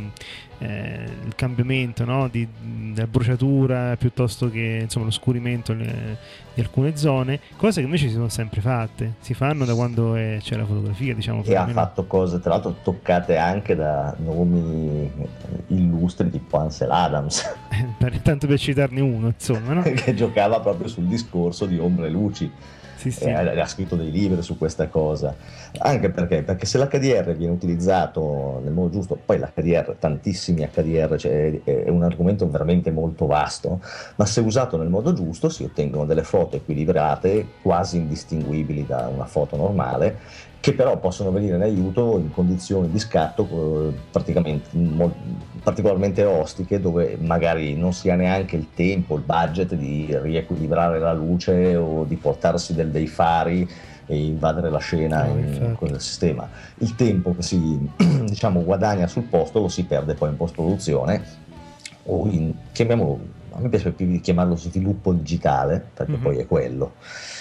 il cambiamento, no? della bruciatura, piuttosto che insomma lo scurimento di alcune zone, cose che invece si sono sempre fatte, si fanno da quando c'è la fotografia, diciamo. E ha fatto cose tra l'altro toccate anche da nomi illustri tipo Ansel Adams, tanto per citarne uno, insomma, no? che giocava proprio sul discorso di ombre e luci. Sì. Ha scritto dei libri su questa cosa, anche perché se l'HDR viene utilizzato nel modo giusto, poi l'HDR, tantissimi HDR, cioè è un argomento veramente molto vasto, ma se usato nel modo giusto si ottengono delle foto equilibrate, quasi indistinguibili da una foto normale, che però possono venire in aiuto in condizioni di scatto particolarmente ostiche, dove magari non si ha neanche il tempo, il budget di riequilibrare la luce o di portarsi dei fari e invadere la scena in quel sistema. Il tempo che si diciamo guadagna sul posto lo si perde poi in post-produzione, o chiamiamolo, a me piace più chiamarlo sviluppo digitale, perché poi è quello.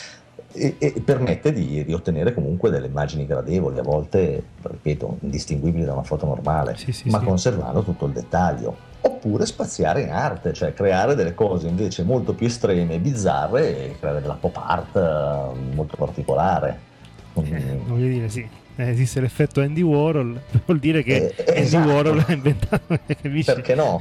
E permette di ottenere comunque delle immagini gradevoli, a volte, ripeto, indistinguibili da una foto normale, ma conservando tutto il dettaglio. Oppure spaziare in arte, cioè creare delle cose invece molto più estreme e bizzarre, e creare della pop art molto particolare. Voglio dire, sì, esiste l'effetto Andy Warhol, vuol dire che Andy Warhol ha inventato, capisci? Perché no?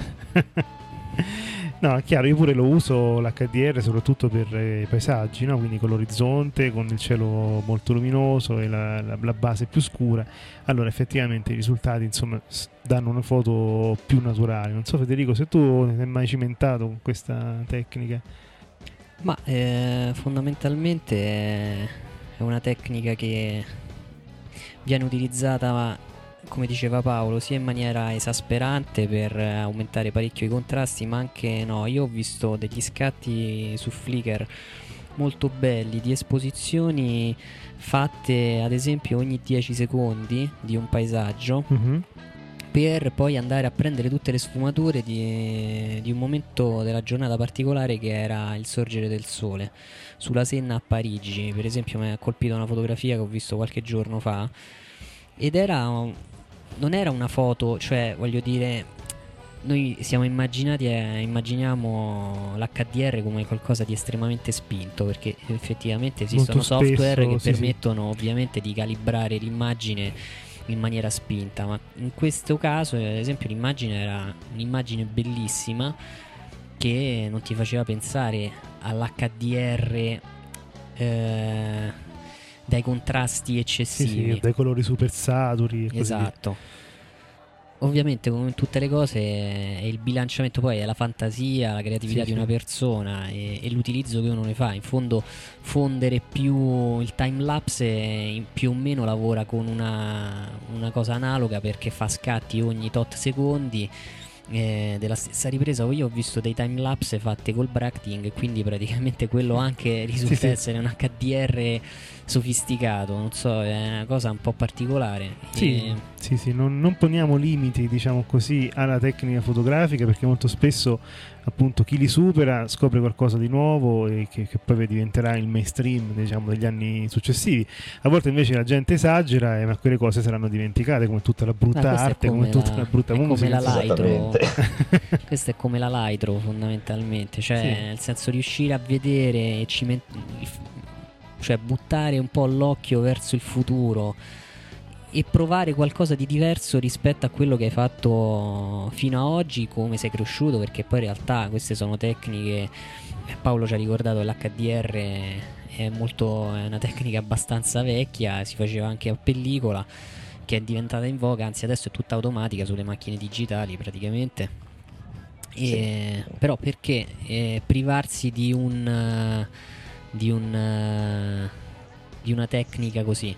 No, è chiaro, io pure lo uso l'HDR soprattutto per i paesaggi, no? Quindi con l'orizzonte, con il cielo molto luminoso e la base più scura. Allora effettivamente i risultati, insomma, danno una foto più naturale. Non so, Federico, se tu ne hai mai cimentato con questa tecnica. Ma fondamentalmente è una tecnica che viene utilizzata, come diceva Paolo, sia in maniera esasperante per aumentare parecchio i contrasti, ma anche no. Io ho visto degli scatti su Flickr molto belli di esposizioni fatte ad esempio ogni 10 secondi di un paesaggio, per poi andare a prendere tutte le sfumature di un momento della giornata particolare, che era il sorgere del sole sulla Senna a Parigi. Per esempio mi ha colpito una fotografia che ho visto qualche giorno fa, ed non era una foto, cioè voglio dire, noi siamo immaginiamo l'HDR come qualcosa di estremamente spinto, perché effettivamente esistono software che permettono ovviamente di calibrare l'immagine in maniera spinta, ma in questo caso ad esempio l'immagine era un'immagine bellissima che non ti faceva pensare all'HDR dai contrasti eccessivi, sì, dai colori super saturi e esatto, così. Ovviamente come in tutte le cose è il bilanciamento, poi è la fantasia, la creatività di una persona e l'utilizzo che uno ne fa. In fondo fondere più il timelapse più o meno lavora con una cosa analoga, perché fa scatti ogni tot secondi della stessa ripresa. Io ho visto dei timelapse fatte col bracketing, quindi praticamente quello anche risulta essere un HDR sofisticato, non so, è una cosa un po' particolare. Sì, non poniamo limiti, diciamo così, alla tecnica fotografica, perché molto spesso appunto chi li supera scopre qualcosa di nuovo e che poi diventerà il mainstream, diciamo, degli anni successivi. A volte invece la gente esagera, ma quelle cose saranno dimenticate, come tutta la brutta arte, come tutta la brutta musica. Come la Lightro. Questo è come la Lightro fondamentalmente, cioè nel senso riuscire a vedere e cioè buttare un po' l'occhio verso il futuro e provare qualcosa di diverso rispetto a quello che hai fatto fino a oggi, come sei cresciuto, perché poi in realtà queste sono tecniche, Paolo ci ha ricordato, l'HDR è una tecnica abbastanza vecchia, si faceva anche a pellicola, che è diventata in voga, anzi adesso è tutta automatica sulle macchine digitali praticamente. Però perché privarsi di una tecnica così?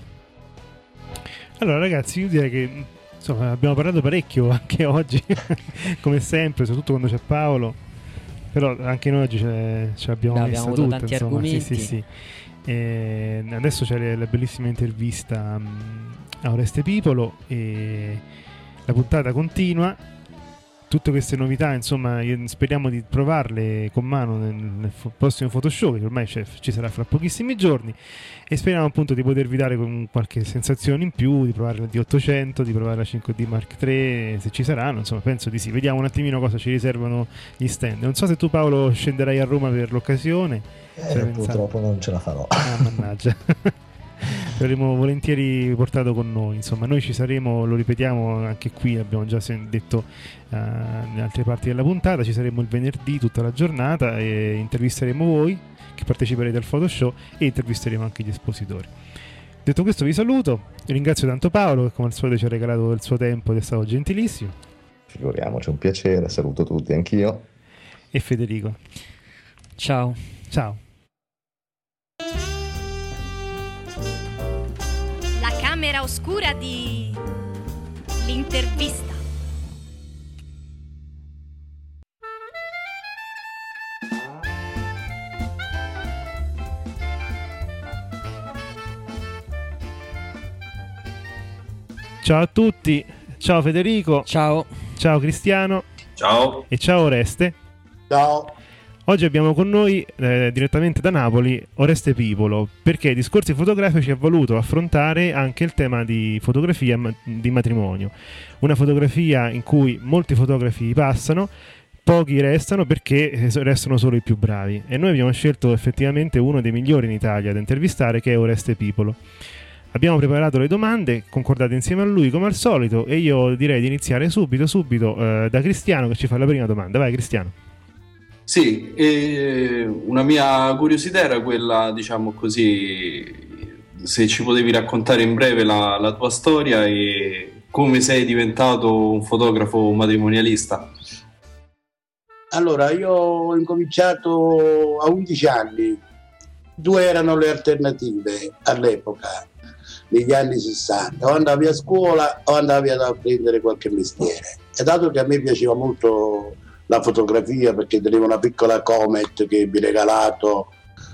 Allora ragazzi, io direi che insomma abbiamo parlato parecchio anche oggi come sempre, soprattutto quando c'è Paolo, però anche noi oggi ce l'abbiamo messa tutta, tanti insomma. argomenti. Sì. Adesso c'è la bellissima intervista a Oreste Pipolo e la puntata continua. Tutte queste novità, insomma, speriamo di provarle con mano nel prossimo Photoshop, che ormai ci sarà fra pochissimi giorni, e speriamo appunto di potervi dare qualche sensazione in più, di provare la D800, di provare la 5D Mark III, se ci saranno, insomma, penso di sì. Vediamo un attimino cosa ci riservano gli stand. Non so se tu, Paolo, scenderai a Roma per l'occasione. Purtroppo non ce la farò. Mannaggia. L'avremmo volentieri portato con noi, insomma. Noi ci saremo, lo ripetiamo anche qui, abbiamo già detto in altre parti della puntata, ci saremo il venerdì tutta la giornata e intervisteremo voi che parteciperete al Photoshop e intervisteremo anche gli espositori. Detto questo vi saluto, ringrazio tanto Paolo che come al solito ci ha regalato del suo tempo ed è stato gentilissimo. Figuriamoci, un piacere, saluto tutti anch'io. E Federico. Ciao. La camera oscura di l'intervista. Ciao a tutti, ciao Federico. Ciao Cristiano. Ciao. E ciao Oreste. Ciao. Oggi abbiamo con noi direttamente da Napoli Oreste Pipolo, perché Discorsi Fotografici ha voluto affrontare anche il tema di fotografia di matrimonio, una fotografia in cui molti fotografi passano, pochi restano perché restano solo i più bravi, e noi abbiamo scelto effettivamente uno dei migliori in Italia da intervistare, che è Oreste Pipolo. Abbiamo preparato le domande concordate insieme a lui come al solito, e io direi di iniziare subito da Cristiano, che ci fa la prima domanda. Vai Cristiano. Sì, una mia curiosità era quella, diciamo così, se ci potevi raccontare in breve la tua storia e come sei diventato un fotografo matrimonialista. Allora, io ho incominciato a 11 anni, 2 erano le alternative all'epoca, negli anni 60, o andavi a scuola o andavi ad apprendere qualche mestiere. E dato che a me piaceva molto la fotografia, perché tenevo una piccola Comet che mi regalato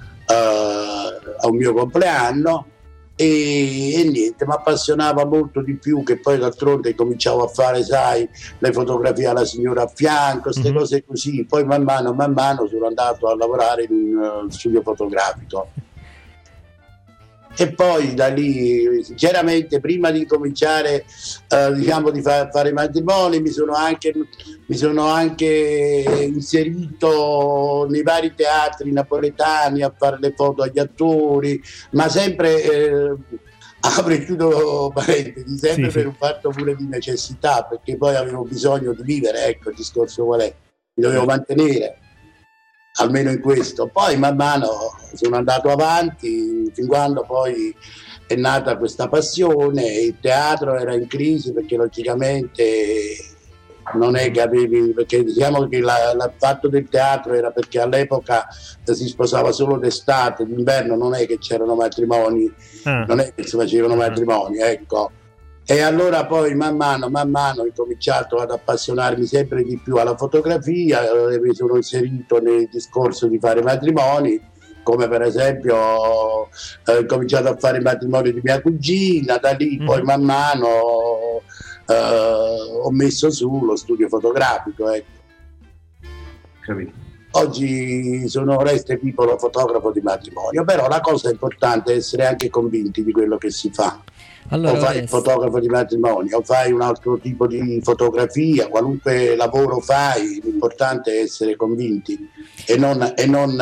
a un mio compleanno, e niente, mi appassionava molto di più, che poi d'altronde cominciavo a fare, sai, le fotografie alla signora a fianco, queste cose così. Poi man mano sono andato a lavorare in un studio fotografico. E poi da lì, sinceramente, prima di cominciare diciamo di fare matrimoni, mi sono anche inserito nei vari teatri napoletani a fare le foto agli attori, ma sempre apro e chiudo parentesi, sempre per un fatto pure di necessità, perché poi avevo bisogno di vivere, ecco il discorso qual è, mi dovevo mantenere almeno in questo. Poi man mano sono andato avanti fin quando poi è nata questa passione. Il teatro era in crisi perché logicamente non è che avevi, perché diciamo che il fatto del teatro era perché all'epoca si sposava solo d'estate, d'inverno non è che c'erano matrimoni, non è che si facevano matrimoni, ecco. E allora poi man mano ho cominciato ad appassionarmi sempre di più alla fotografia, mi sono inserito nel discorso di fare matrimoni, come per esempio ho cominciato a fare i matrimoni di mia cugina, da lì poi man mano ho messo su lo studio fotografico. Ecco. Capito. Oggi sono Oreste Pipolo, fotografo di matrimonio, però la cosa importante è essere anche convinti di quello che si fa. Allora, o fai il fotografo di matrimonio o fai un altro tipo di fotografia, qualunque lavoro fai, l'importante è essere convinti e non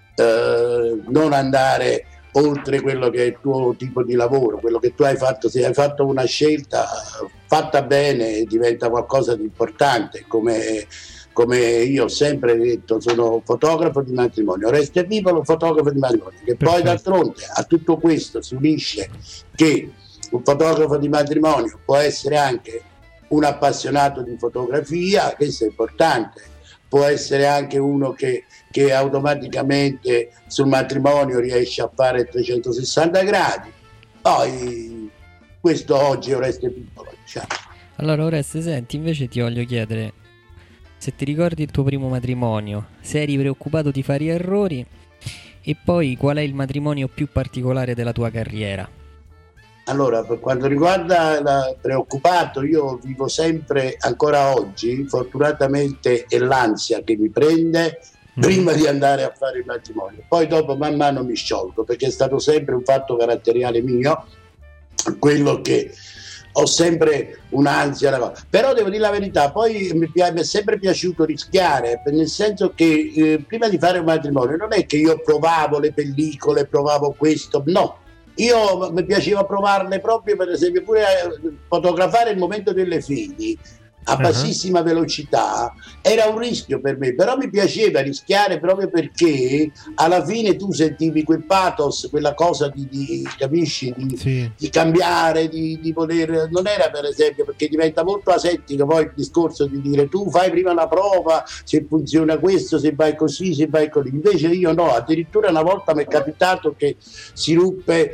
andare oltre quello che è il tuo tipo di lavoro, quello che tu hai fatto. Se hai fatto una scelta fatta bene diventa qualcosa di importante, come io ho sempre detto, sono fotografo di matrimonio, Oreste Pipolo, fotografo di matrimonio, che poi d'altronde a tutto questo si unisce che un fotografo di matrimonio può essere anche un appassionato di fotografia, questo è importante, può essere anche uno che automaticamente sul matrimonio riesce a fare 360 gradi. Poi questo oggi è Oreste Pipolo, diciamo. Allora Oreste, senti, invece ti voglio chiedere se ti ricordi il tuo primo matrimonio, se eri preoccupato di fare errori, e poi qual è il matrimonio più particolare della tua carriera? Allora, per quanto riguarda preoccupato, io vivo sempre, ancora oggi, fortunatamente è l'ansia che mi prende prima di andare a fare il matrimonio. Poi dopo man mano mi sciolgo, perché è stato sempre un fatto caratteriale mio, quello che ho sempre un'ansia, però devo dire la verità, poi mi è sempre piaciuto rischiare, nel senso che prima di fare un matrimonio non è che io provavo le pellicole, provavo questo, no. Io mi piaceva provarle proprio, per esempio, pure fotografare il momento delle fedi a bassissima velocità era un rischio per me, però mi piaceva rischiare proprio perché alla fine tu sentivi quel pathos, quella cosa di capisci, di cambiare, di poter, non era per esempio, perché diventa molto asettico poi il discorso di dire tu fai prima una prova, se funziona questo, se vai così, se vai così. Invece io no, addirittura una volta mi è capitato che si ruppe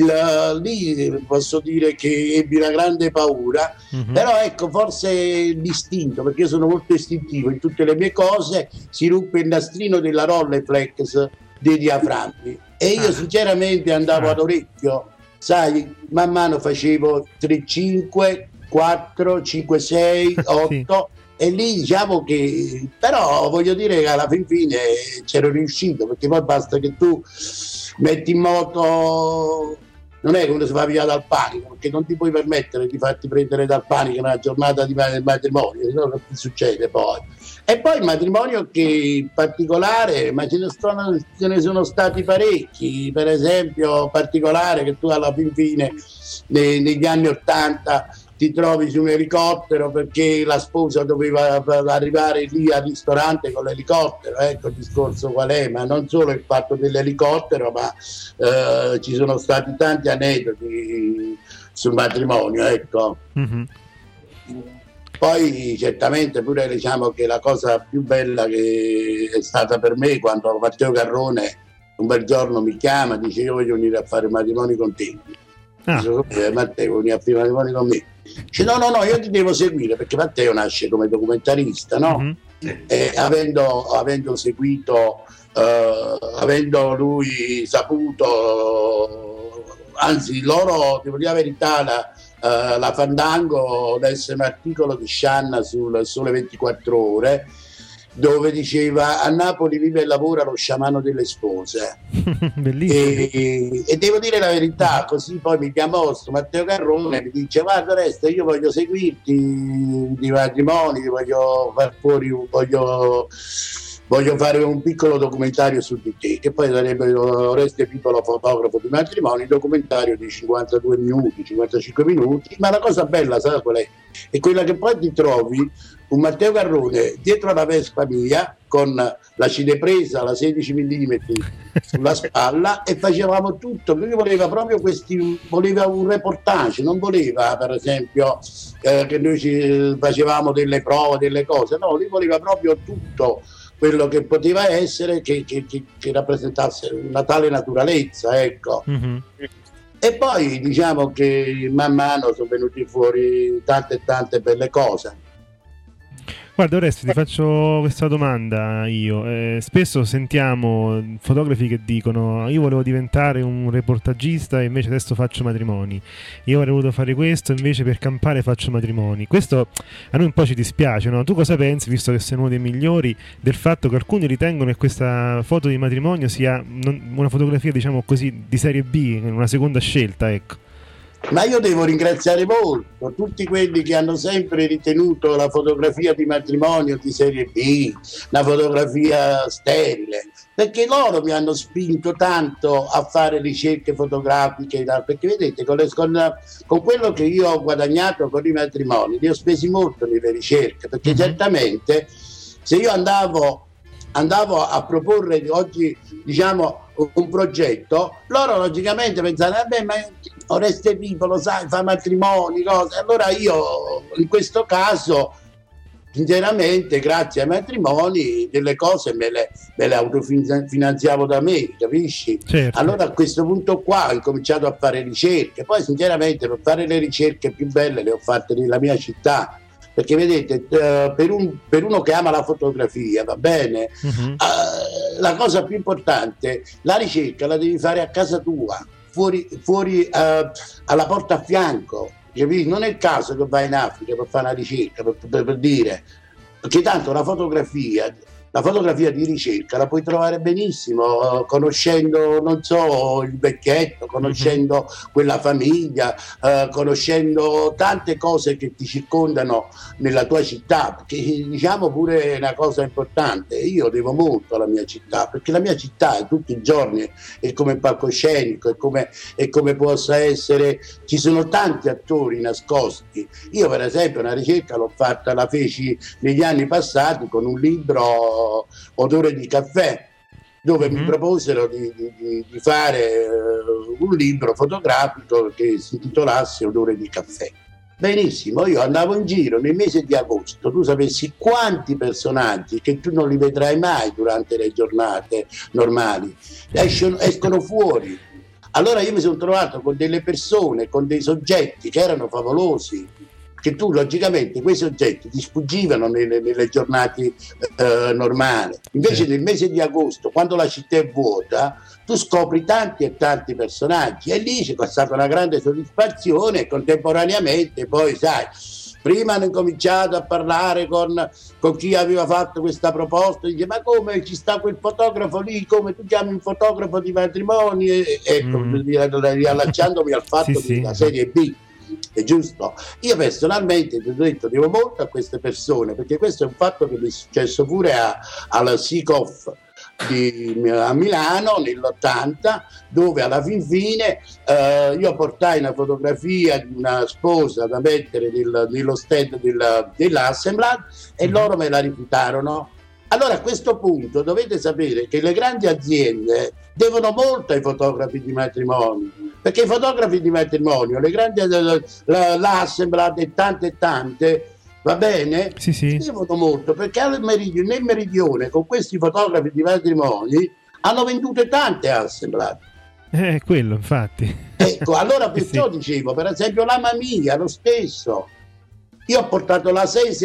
lì posso dire che ebbi una grande paura, però ecco, forse l'istinto, perché io sono molto istintivo in tutte le mie cose, si ruppe il nastrino della Rolleiflex dei diaframmi e io sinceramente andavo ad orecchio, sai, man mano facevo 3-5, 4, 5, 6, 8 e lì diciamo che, però voglio dire che alla fine c'ero riuscito, perché poi basta che tu metti in moto, non è che uno si va via dal panico, perché non ti puoi permettere di farti prendere dal panico in una giornata di matrimonio, se no non ti succede poi. E poi il matrimonio che in particolare, ma ce ne sono stati parecchi, per esempio particolare che tu alla fine negli anni '80 ti trovi su un elicottero perché la sposa doveva arrivare lì al ristorante con l'elicottero, ecco il discorso qual è, ma non solo il fatto dell'elicottero, ma ci sono stati tanti aneddoti sul matrimonio, ecco. Poi certamente pure diciamo che la cosa più bella che è stata per me quando Matteo Garrone un bel giorno mi chiama, dice io voglio venire a fare i matrimoni con te. Matteo, vieni a fare i matrimoni con me. Dice no, io ti devo seguire, perché Matteo nasce come documentarista, no? E avendo seguito, avendo lui saputo, anzi loro, devo dire la verità, la Fandango lesse un articolo di Scianna sul Sole 24 Ore dove diceva: a Napoli vive e lavora lo sciamano delle spose. Bellissimo. E devo dire la verità, così poi mi chiamò Matteo Garrone e mi dice: guarda Oreste, io voglio seguirti di matrimoni, voglio far fuori voglio fare un piccolo documentario su di te, che poi sarebbe Oreste Pipolo, fotografo di matrimoni, documentario di 52 minuti, 55 minuti, ma la cosa bella, sai qual è? È quella che poi ti trovi un Matteo Garrone dietro alla Vespa mia, con la cinepresa, la 16 mm sulla spalla, e facevamo tutto. Lui voleva proprio voleva un reportage, non voleva per esempio che noi ci facevamo delle prove, delle cose, no, lui voleva proprio tutto quello che poteva essere, che rappresentasse una tale naturalezza, ecco. Mm-hmm. E poi diciamo che man mano sono venuti fuori tante belle cose. Guarda Oreste, ti faccio questa domanda io. Spesso sentiamo fotografi che dicono: io volevo diventare un reportagista e invece adesso faccio matrimoni, io avrei voluto fare questo invece per campare faccio matrimoni. Questo a noi un po' ci dispiace, no? Tu cosa pensi, visto che sei uno dei migliori, del fatto che alcuni ritengono che questa foto di matrimonio sia una fotografia, diciamo così, di serie B, una seconda scelta, ecco? Ma io devo ringraziare molto tutti quelli che hanno sempre ritenuto la fotografia di matrimonio di serie B una fotografia sterile, perché loro mi hanno spinto tanto a fare ricerche fotografiche, perché vedete con quello che io ho guadagnato con i matrimoni li ho spesi molto nelle ricerche, perché certamente se io andavo a proporre oggi, diciamo, un progetto, loro logicamente pensavano: vabbè, ma Oreste Pipolo, sai, fa matrimoni, cose. Allora io in questo caso sinceramente grazie ai matrimoni delle cose me le autofinanziavo da me, capisci? Certo. Allora a questo punto qua ho incominciato a fare ricerche, poi sinceramente per fare le ricerche più belle le ho fatte nella mia città, perché vedete per uno che ama la fotografia, va bene, la cosa più importante, la ricerca la devi fare a casa tua, fuori alla porta a fianco, capito? Non è il caso che vai in Africa per fare una ricerca, per dire, perché tanto la fotografia di ricerca la puoi trovare benissimo conoscendo, non so, il vecchietto, conoscendo quella famiglia, conoscendo tante cose che ti circondano nella tua città, perché diciamo pure una cosa importante, io devo molto alla mia città, perché la mia città è tutti i giorni, è come palcoscenico, è come possa essere, ci sono tanti attori nascosti. Io per esempio una ricerca la feci negli anni passati con un libro Odore di caffè, dove mi proposero di fare un libro fotografico che si intitolasse Odore di caffè. Benissimo, io andavo in giro nel mese di agosto, tu sapessi quanti personaggi che tu non li vedrai mai durante le giornate normali escono fuori. Allora io mi sono trovato con delle persone, con dei soggetti che erano favolosi, che tu logicamente quei soggetti ti sfuggivano nelle giornate normali. Invece nel mese di agosto, quando la città è vuota, tu scopri tanti e tanti personaggi, e lì c'è stata una grande soddisfazione, e contemporaneamente poi sai, prima hanno incominciato a parlare con chi aveva fatto questa proposta, dice: ma come ci sta quel fotografo lì, come tu chiami un fotografo di matrimoni, ecco, riallacciandomi al fatto della serie B. È giusto? Io personalmente ti ho detto, devo molto a queste persone, perché questo è un fatto che mi è successo pure alla SICOF a Milano nell'80, dove alla fine io portai una fotografia di una sposa da mettere nello stand dell'Assemblad e loro me la rifiutarono. Allora a questo punto dovete sapere che le grandi aziende devono molto ai fotografi di matrimonio, perché i fotografi di matrimonio, le grandi l'Assemblad e tante, va bene? Sì. Devono molto, perché nel meridione con questi fotografi di matrimoni hanno vendute tante Assemblad. Quello infatti. Ecco, allora perciò dicevo, per esempio la Mamiya, lo stesso. Io ho portato la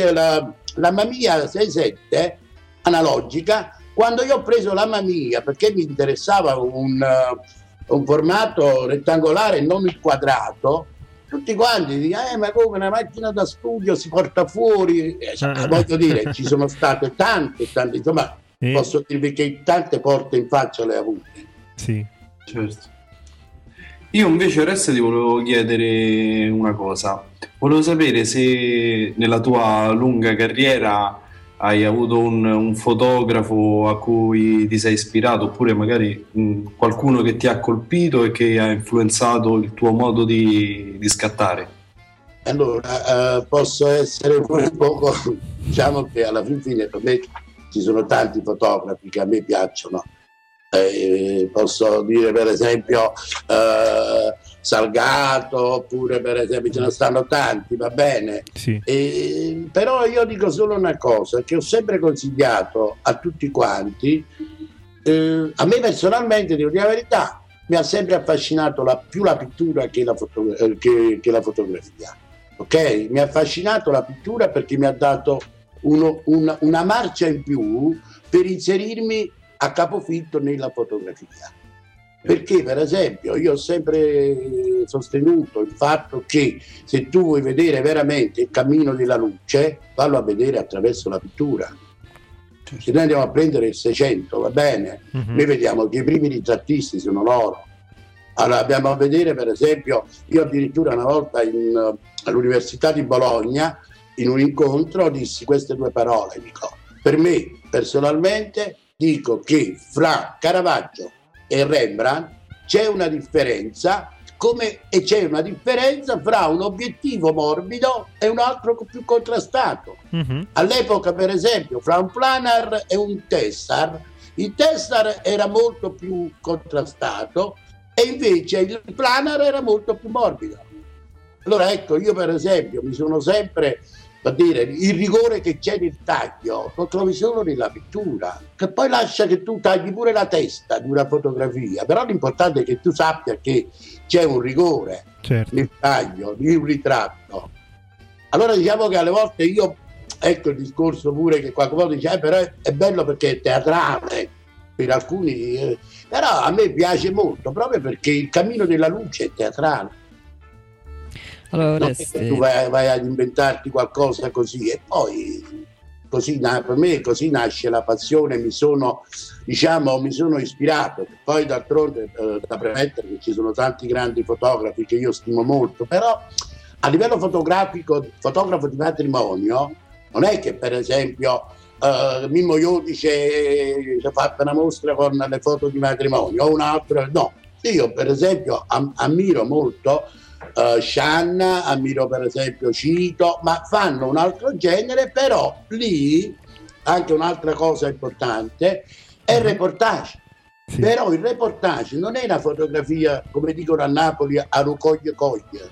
Mamiya 6.7 analogica, quando io ho preso la Mamiya perché mi interessava un formato rettangolare, non il quadrato. tutti quanti dicono ma come una macchina da studio si porta fuori, voglio dire, ci sono state tante, insomma, posso dirvi che tante porte in faccia le ha avute. Sì, certo. Io invece Oreste ti volevo chiedere una cosa, volevo sapere se nella tua lunga carriera hai avuto un fotografo a cui ti sei ispirato, oppure magari qualcuno che ti ha colpito e che ha influenzato il tuo modo di scattare. Allora, posso essere un poco, diciamo che alla fine per me ci sono tanti fotografi che a me piacciono. Posso dire per esempio Salgato, oppure per esempio ce ne stanno tanti, va bene, sì. Però io dico solo una cosa che ho sempre consigliato a tutti quanti. A me personalmente, devo dire la verità, mi ha sempre affascinato più la pittura che la fotografia, ok? Mi ha affascinato la pittura perché mi ha dato una marcia in più per inserirmi a capofitto nella fotografia, perché per esempio io ho sempre sostenuto il fatto che se tu vuoi vedere veramente il cammino della luce, vallo a vedere attraverso la pittura. Se noi andiamo a prendere il 600, va bene, noi vediamo che i primi ritrattisti sono loro. Allora abbiamo a vedere per esempio, io addirittura una volta all'Università di Bologna in un incontro dissi queste due parole, dico, per me personalmente dico che fra Caravaggio e Rembrandt c'è una differenza, e c'è una differenza fra un obiettivo morbido e un altro più contrastato. All'epoca per esempio fra un planar e un tessar, il tessar era molto più contrastato e invece il planar era molto più morbido. Allora ecco, io per esempio mi sono sempre, a dire, il rigore che c'è nel taglio lo trovi solo nella pittura, che poi lascia che tu tagli pure la testa di una fotografia, però l'importante è che tu sappia che c'è un rigore, certo, nel taglio di un ritratto. Allora diciamo che alle volte io, ecco il discorso pure che qualcuno dice però è bello perché è teatrale per alcuni, però a me piace molto proprio perché il cammino della luce è teatrale. Allora, tu vai ad inventarti qualcosa così e poi così per me così nasce la passione, mi sono ispirato. Poi d'altronde da premettere che ci sono tanti grandi fotografi che io stimo molto, però a livello fotografo di matrimonio non è che per esempio Mimmo Iodice ci ha fatto una mostra con le foto di matrimonio o un altro, no, io per esempio ammiro molto Scianna, ammiro per esempio Cito, ma fanno un altro genere, però lì anche un'altra cosa importante è il reportage. Sì. Però il reportage non è una fotografia, come dicono a Napoli, a rucoglie coglie.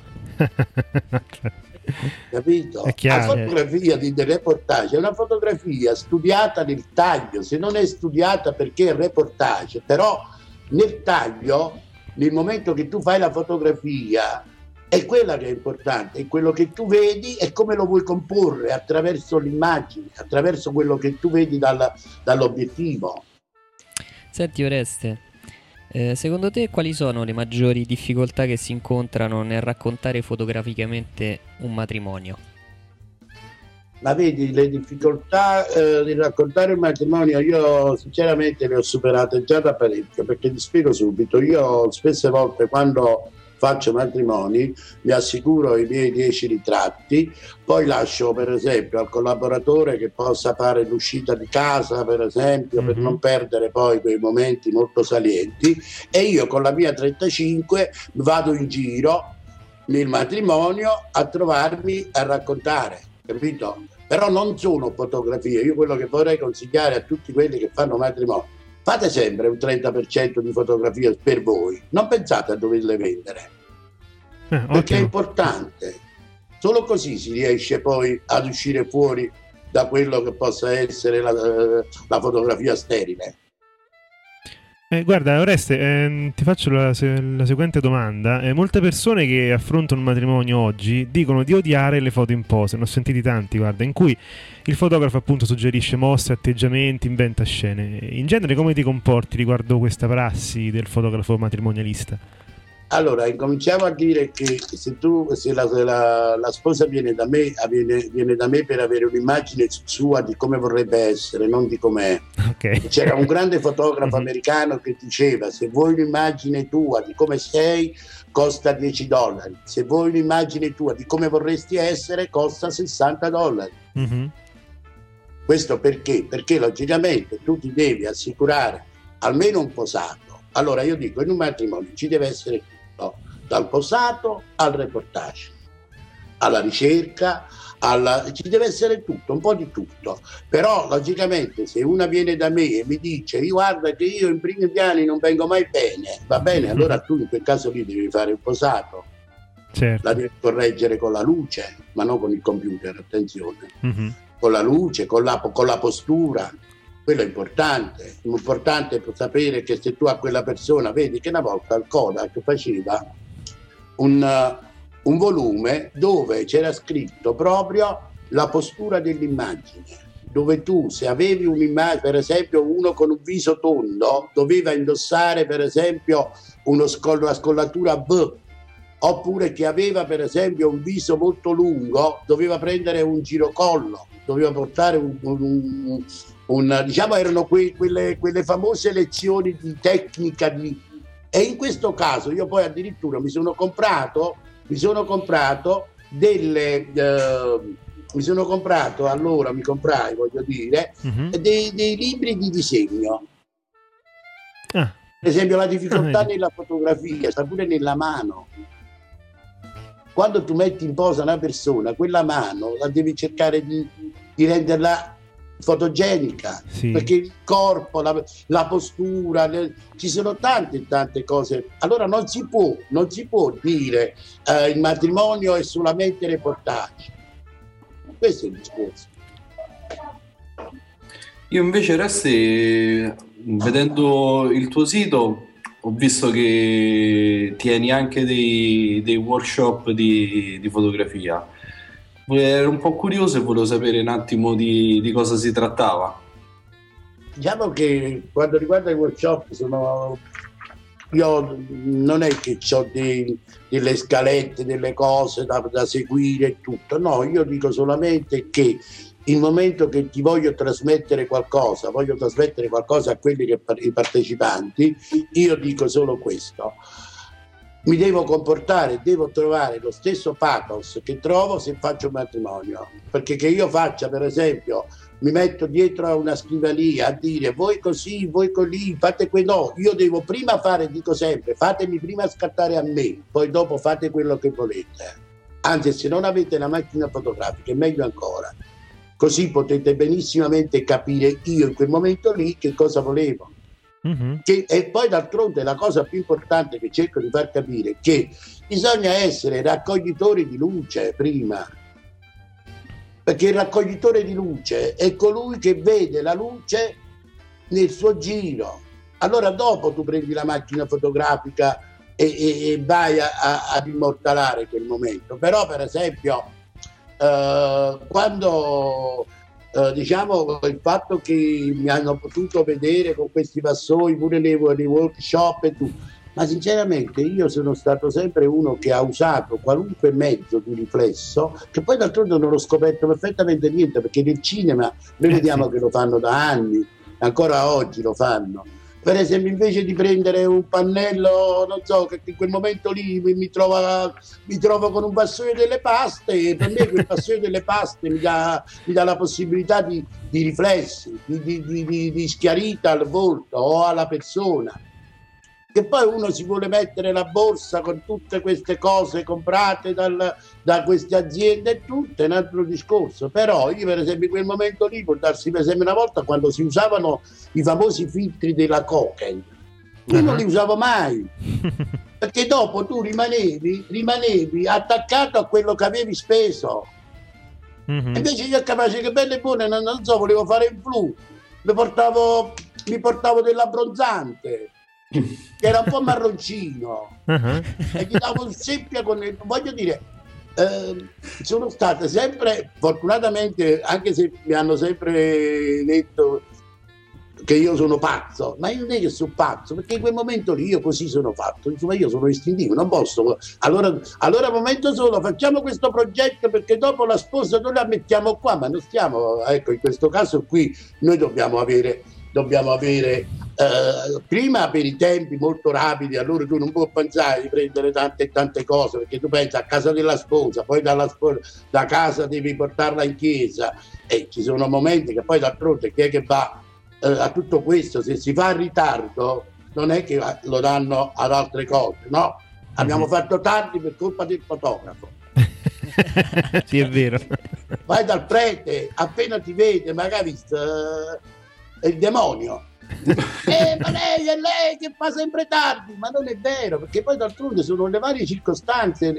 Capito? La fotografia di reportage è una fotografia studiata nel taglio, se non è studiata perché è reportage, però nel taglio, nel momento che tu fai la fotografia, è quella che è importante, è quello che tu vedi e come lo vuoi comporre attraverso l'immagine, attraverso quello che tu vedi dall'obiettivo. Senti Oreste, secondo te quali sono le maggiori difficoltà che si incontrano nel raccontare fotograficamente un matrimonio? Ma vedi, le difficoltà di raccontare un matrimonio io sinceramente le ho superate già da parecchio, perché ti spiego subito, io spesse volte quando faccio matrimoni mi assicuro i miei 10 ritratti, poi lascio per esempio al collaboratore che possa fare l'uscita di casa per esempio, per non perdere poi quei momenti molto salienti, e io con la mia 35 vado in giro nel matrimonio a trovarmi a raccontare, capito? Però non sono fotografie. Io quello che vorrei consigliare a tutti quelli che fanno matrimonio: fate sempre un 30% di fotografie per voi, non pensate a doverle vendere, perché è importante. Solo così si riesce poi ad uscire fuori da quello che possa essere la fotografia sterile. Guarda Oreste, ti faccio la seguente domanda. Molte persone che affrontano un matrimonio oggi dicono di odiare le foto in pose, ne ho sentiti tanti, guarda, in cui il fotografo appunto suggerisce mosse, atteggiamenti, inventa scene. In genere come ti comporti riguardo questa prassi del fotografo matrimonialista? Allora, incominciamo a dire che se la sposa viene da me per avere un'immagine sua di come vorrebbe essere, non di com'è. Okay. C'era un grande fotografo americano che diceva: se vuoi un'immagine tua di come sei, costa $10. Se vuoi un'immagine tua di come vorresti essere, costa $60. Mm-hmm. Questo perché? Perché logicamente tu ti devi assicurare almeno un posato. Allora io dico, in un matrimonio ci deve essere tutto, dal posato al reportage, alla ricerca, ci deve essere tutto, un po' di tutto. Però logicamente se una viene da me e mi dice: guarda che io in primi piani non vengo mai bene, va bene, allora tu in quel caso lì devi fare il posato. Certo. La devi correggere con la luce, ma non con il computer, attenzione. Mm-hmm. Con la luce, con la postura. Quello è importante. L'importante è sapere che se tu a quella persona, vedi che una volta il Kodak faceva un volume dove c'era scritto proprio la postura dell'immagine, dove tu, se avevi un'immagine, per esempio uno con un viso tondo doveva indossare per esempio una scollatura V, oppure chi aveva per esempio un viso molto lungo doveva prendere un girocollo, doveva portare diciamo erano quelle famose lezioni di tecnica e in questo caso io poi addirittura mi sono comprato dei libri di disegno. Per esempio la difficoltà nella fotografia sta pure nella mano. Quando tu metti in posa una persona, quella mano la devi cercare di renderla fotogenica, sì. Perché il corpo, la postura, ci sono tante cose. Allora non si può dire il matrimonio è solamente reportage. Questo è il discorso. Io invece, Resti, vedendo il tuo sito, ho visto che tieni anche dei workshop di fotografia. Ero un po' curioso e volevo sapere un attimo di cosa si trattava. Diciamo che quando riguarda i workshop io non è che ho delle scalette, delle cose da seguire e tutto, no, io dico solamente che il momento che ti voglio trasmettere qualcosa a quelli i partecipanti, io dico solo questo: mi devo comportare, devo trovare lo stesso pathos che trovo se faccio un matrimonio, perché che io faccia, per esempio, mi metto dietro a una scrivania a dire voi così, voi così, fate no, io devo prima fare, dico sempre, fatemi prima scattare a me, poi dopo fate quello che volete. Anzi, se non avete la macchina fotografica è meglio ancora, così potete benissimamente capire io in quel momento lì che cosa volevo. Mm-hmm. E poi d'altronde la cosa più importante che cerco di far capire è che bisogna essere raccoglitori di luce prima, perché il raccoglitore di luce è colui che vede la luce nel suo giro. Allora dopo tu prendi la macchina fotografica e vai ad immortalare quel momento. Però per esempio quando diciamo il fatto che mi hanno potuto vedere con questi vassoi pure nei workshop e tutto, ma sinceramente io sono stato sempre uno che ha usato qualunque mezzo di riflesso, che poi d'altronde non ho scoperto perfettamente niente, perché nel cinema noi vediamo che lo fanno da anni, ancora oggi lo fanno. Per esempio, invece di prendere un pannello, non so, che in quel momento lì mi trovo con un vassoio delle paste, e per me quel vassoio delle paste mi dà la possibilità di riflessi, di schiarita al volto o alla persona. Che poi uno si vuole mettere la borsa con tutte queste cose comprate da queste aziende e tutto, è un altro discorso. Però io per esempio in quel momento lì, può darsi per esempio una volta quando si usavano i famosi filtri della Koken, io non li usavo mai, perché dopo tu rimanevi attaccato a quello che avevi speso. Invece io capace che belle e buone, non so, volevo fare il blu, mi portavo dell'abbronzante che era un po' marroncino e gli davo il seppia voglio dire, sono state sempre, fortunatamente, anche se mi hanno sempre detto che io sono pazzo, ma io non è che sono pazzo, perché in quel momento lì io così sono fatto, insomma io sono istintivo, non posso, allora momento solo facciamo questo progetto perché dopo la sposa noi la mettiamo qua, ma non stiamo, ecco, in questo caso qui noi dobbiamo avere prima per i tempi molto rapidi, allora tu non puoi pensare di prendere tante cose, perché tu pensi a casa della sposa, poi da casa devi portarla in chiesa, e ci sono momenti che poi d'altronde chi è che va a tutto questo, se si fa in ritardo non è che lo danno ad altre cose, no? Abbiamo fatto tardi per colpa del fotografo. Sì, è vero. Vai dal prete, appena ti vede, magari visto il demonio. Ma lei è lei che fa sempre tardi, ma non è vero, perché poi d'altronde sono le varie circostanze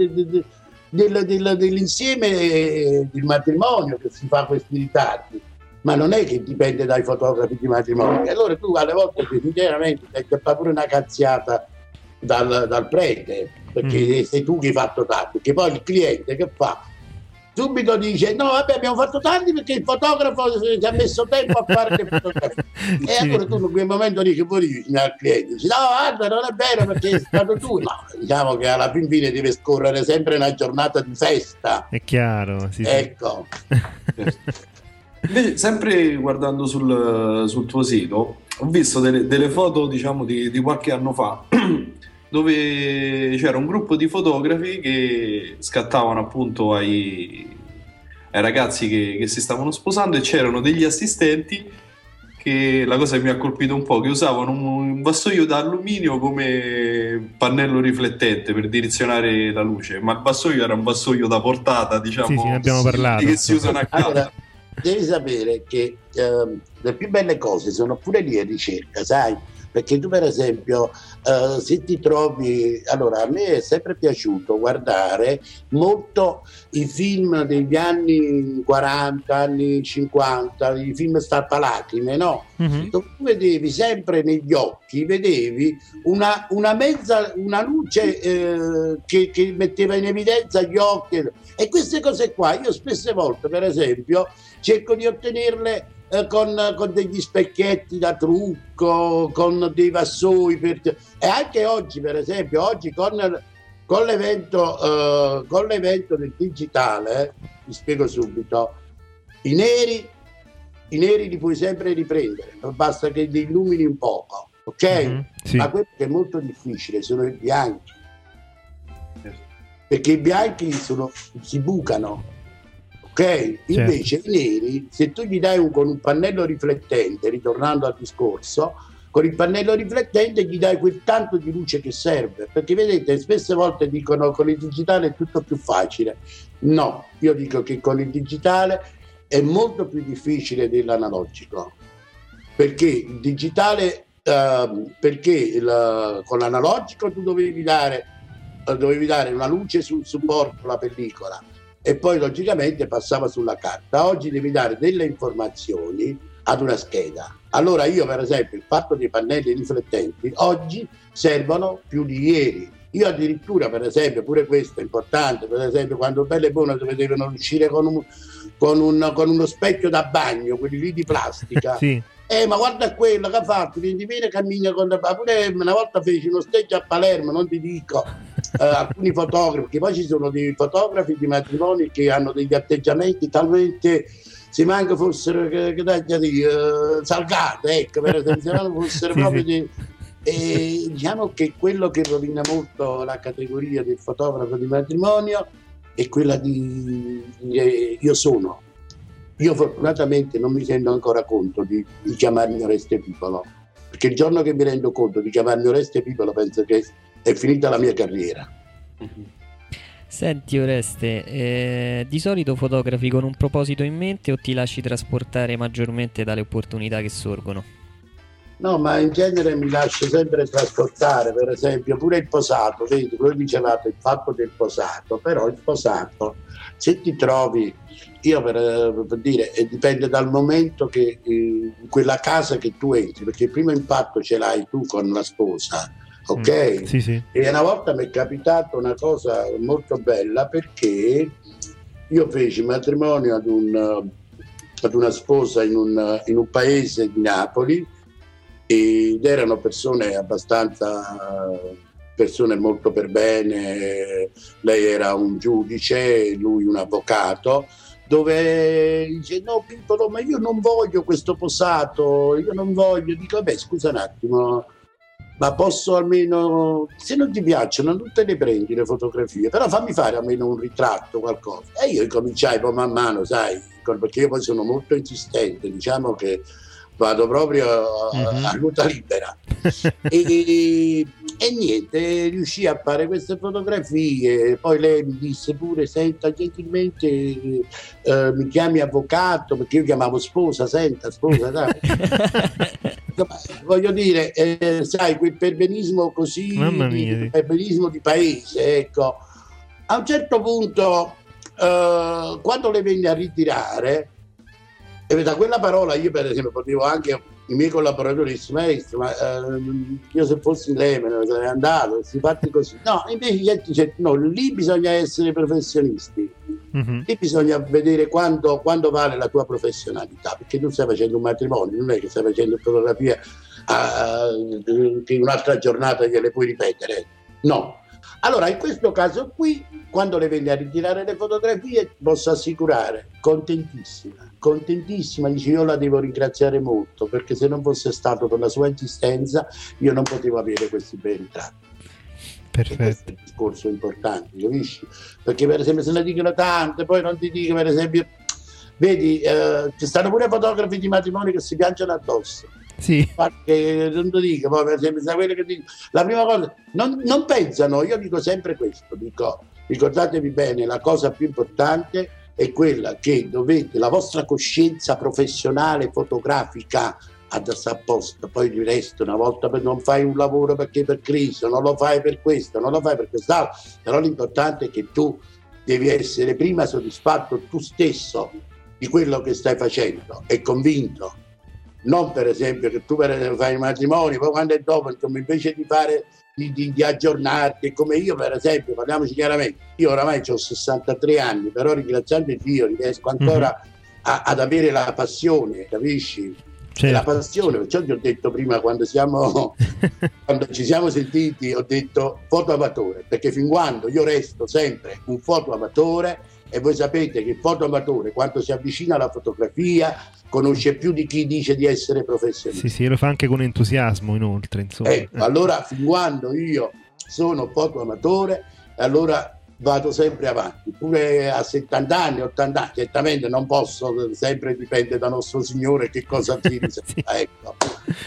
dell'insieme del matrimonio che si fa questi ritardi, ma non è che dipende dai fotografi di matrimonio. E allora tu alle volte sinceramente hai pure una cazziata dal prete, perché sei tu che hai fatto tardi, che poi il cliente che fa? Subito dice no vabbè abbiamo fatto tardi perché il fotografo ci ha messo tempo a fare le fotografie. E allora tu in quel momento dici pure al cliente, dici no guarda non è vero perché è stato tu, no, diciamo che alla fine deve scorrere sempre una giornata di festa, è chiaro, sì, ecco. Invece, sempre guardando sul tuo sito ho visto delle foto diciamo di qualche anno fa dove c'era un gruppo di fotografi che scattavano appunto ai ragazzi che si stavano sposando, e c'erano degli assistenti che, la cosa che mi ha colpito un po', che usavano un vassoio d'alluminio come pannello riflettente per direzionare la luce, ma il vassoio era un vassoio da portata, diciamo, sì, ne abbiamo parlato, che si usano a casa. Allora, devi sapere che le più belle cose sono pure lì in ricerca, sai? Perché tu per esempio se ti trovi, allora a me è sempre piaciuto guardare molto i film degli anni 40, anni 50, i film strappalacrime, no? Mm-hmm. Tu vedevi sempre negli occhi, vedevi una luce che metteva in evidenza gli occhi, e queste cose qua io spesse volte per esempio cerco di ottenerle con degli specchietti da trucco, con dei vassoi e anche oggi per esempio con l'evento del digitale, vi spiego subito, i neri li puoi sempre riprendere, basta che li illumini un poco, ok? Mm-hmm, sì. Ma quello che è molto difficile sono i bianchi, perché i bianchi si bucano. Ok, invece certo. I neri, se tu gli dai con un pannello riflettente, ritornando al discorso, con il pannello riflettente gli dai quel tanto di luce che serve, perché vedete, spesse volte dicono con il digitale è tutto più facile. No, io dico che con il digitale è molto più difficile dell'analogico, perché il digitale, con l'analogico tu dovevi dare una luce sul supporto, la pellicola, e poi logicamente passava sulla carta. Oggi devi dare delle informazioni ad una scheda. Allora io per esempio il fatto dei pannelli riflettenti oggi servono più di ieri. Io addirittura per esempio, pure questo è importante, per esempio quando Belle e Buone devono uscire con uno specchio da bagno, quelli lì di plastica. Sì. Ma guarda quello che ha fatto, viene cammina pure una volta feci uno stage a Palermo, non ti dico, alcuni fotografi, che poi ci sono dei fotografi di matrimoni che hanno degli atteggiamenti talmente, se manca fossero salgate, ecco, per esempio, se non fossero sì, proprio sì. Diciamo che quello che rovina molto la categoria del fotografo di matrimonio è quella di io fortunatamente non mi rendo ancora conto di chiamarmi Oreste Pipolo, perché il giorno che mi rendo conto di chiamarmi Oreste Pipolo penso che è finita la mia carriera. Senti Oreste, di solito fotografi con un proposito in mente o ti lasci trasportare maggiormente dalle opportunità che sorgono? No, ma in genere mi lascio sempre trasportare, per esempio pure il posato, vedi, voi dicevate il fatto del posato, però il posato, se ti trovi, io per dire, dipende dal momento che in quella casa che tu entri, perché il primo impatto ce l'hai tu con la sposa, ok? Sì, sì. E una volta mi è capitato una cosa molto bella, perché io feci matrimonio ad ad una sposa in un paese di Napoli, ed erano persone molto per bene. Lei era un giudice, lui un avvocato, dove dice: no Piccolo, ma io non voglio questo posato, io non voglio. Dico: vabbè, scusa un attimo, ma posso almeno, se non ti piacciono non te ne prendi le fotografie, però fammi fare almeno un ritratto, qualcosa. E io cominciai poi man mano, sai, perché io poi sono molto insistente, diciamo che vado proprio a ruota libera. E niente, riuscì a fare queste fotografie. Poi lei mi disse pure: senta, gentilmente mi chiami avvocato, perché io chiamavo sposa, senta sposa, dai. Voglio dire, sai, quel perbenismo così, perbenismo di paese, ecco. A un certo punto, quando le venne a ritirare, e da quella parola io per esempio potevo anche, i miei collaboratori dissi: maestro, ma io se fossi lei me ne sarei andato, si fatti così. No, invece dice: no, lì bisogna essere professionisti, lì bisogna vedere quando vale la tua professionalità, perché tu stai facendo un matrimonio, non è che stai facendo fotografia che un'altra giornata gliele puoi ripetere, no. Allora, in questo caso qui, quando le venne a ritirare le fotografie, posso assicurare, contentissima, dice: io la devo ringraziare molto, perché se non fosse stato per la sua insistenza io non potevo avere questi bei ritratti. Perfetto. Questo è un discorso importante, capisci? Perché per esempio se ne dicono tante, poi non ti dico, per esempio, vedi, ci stanno pure fotografi di matrimoni che si piangono addosso. Sì. Perché non ti dico, poi per esempio, sai quello che dico, la prima cosa, non pensano, io dico sempre questo, dico: ricordatevi bene, la cosa più importante è quella che dovete, la vostra coscienza professionale fotografica ad a posto, poi il resto, una volta non fai un lavoro perché per crisi, non lo fai per questo, non lo fai per quest'altro, però l'importante è che tu devi essere prima soddisfatto tu stesso di quello che stai facendo e convinto. Non per esempio che tu fai i matrimoni, poi quando è dopo, invece di fare di aggiornarti, come io per esempio, parliamoci chiaramente, io oramai ho 63 anni, però ringraziando Dio riesco ancora ad avere la passione, capisci? Certo. La passione, perciò ti ho detto prima quando ci siamo sentiti, ho detto fotoamatore, perché fin quando io resto sempre un fotoamatore, e voi sapete che il fotoamatore quando si avvicina alla fotografia conosce più di chi dice di essere professionista. Sì, lo fa anche con entusiasmo inoltre, insomma. Allora fin quando io sono fotoamatore, allora vado sempre avanti, pure a 70 anni, 80 anni, certamente non posso, sempre dipende da nostro Signore che cosa ti riserva. Ecco.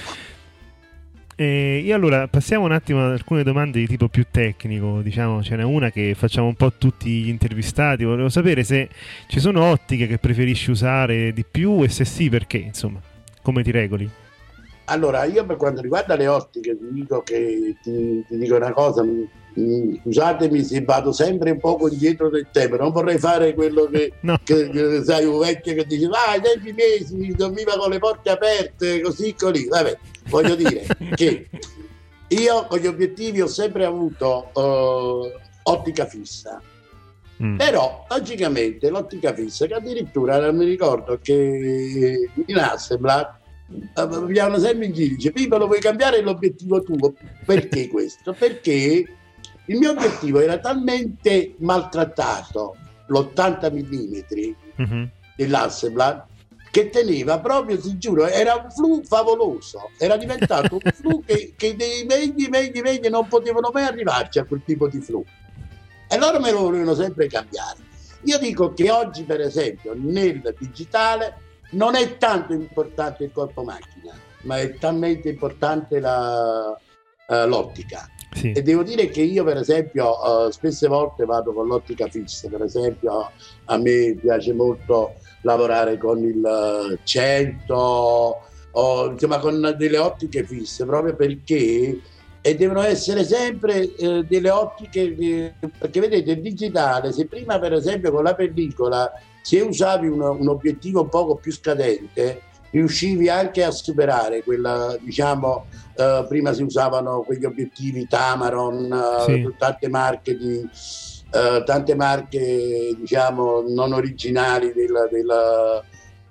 E allora passiamo un attimo ad alcune domande di tipo più tecnico, diciamo, ce n'è una che facciamo un po' tutti gli intervistati. Volevo sapere se ci sono ottiche che preferisci usare di più e se sì, perché, insomma, come ti regoli? Allora, io per quanto riguarda le ottiche ti dico una cosa, scusatemi se vado sempre un poco indietro del tempo, non vorrei fare quello che sai, un vecchio che dice: ai tempi miei si dormiva con le porte aperte, così. Vabbè, voglio dire che io con gli obiettivi ho sempre avuto ottica fissa. Però logicamente l'ottica fissa, che addirittura mi ricordo che in Hasselblad mi hanno sempre in giro, dice: Piccolo, vuoi cambiare l'obiettivo tuo? Perché questo? Perché il mio obiettivo era talmente maltrattato, l'80 mm dell'Hasselblad, che teneva proprio, ti giuro, era un flu favoloso, era diventato un flu che dei meglio non potevano mai arrivarci a quel tipo di flu, e loro me lo volevano sempre cambiare. Io dico che oggi per esempio nel digitale non è tanto importante il corpo macchina, ma è talmente importante l'ottica. Sì. E devo dire che io per esempio spesse volte vado con l'ottica fissa. Per esempio a me piace molto lavorare con il 100 o insomma con delle ottiche fisse, proprio perché devono essere sempre delle ottiche perché vedete il digitale, se prima per esempio con la pellicola se usavi un obiettivo un poco più scadente riuscivi anche a superare quella, diciamo, prima si usavano quegli obiettivi Tamron, sì. tante marche diciamo non originali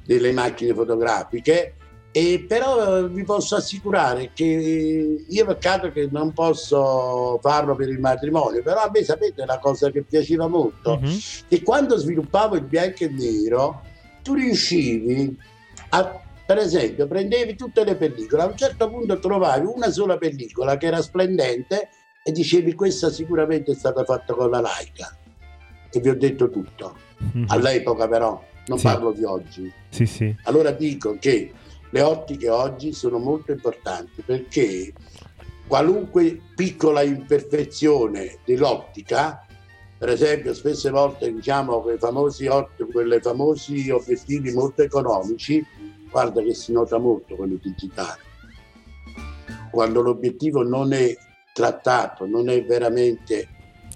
delle macchine fotografiche, e però vi posso assicurare che io, peccato che non posso farlo per il matrimonio, però a me, sapete, la cosa che piaceva molto, che quando sviluppavo il bianco e nero tu riuscivi a, per esempio, prendevi tutte le pellicole, a un certo punto trovavi una sola pellicola che era splendente e dicevi: questa sicuramente è stata fatta con la Leica, e vi ho detto tutto. All'epoca però, non parlo di oggi. Sì. Allora dico che le ottiche oggi sono molto importanti, perché qualunque piccola imperfezione dell'ottica, per esempio spesse volte diciamo quei famosi obiettivi molto economici, guarda che si nota molto con il digitale. Quando l'obiettivo non è trattato, non è veramente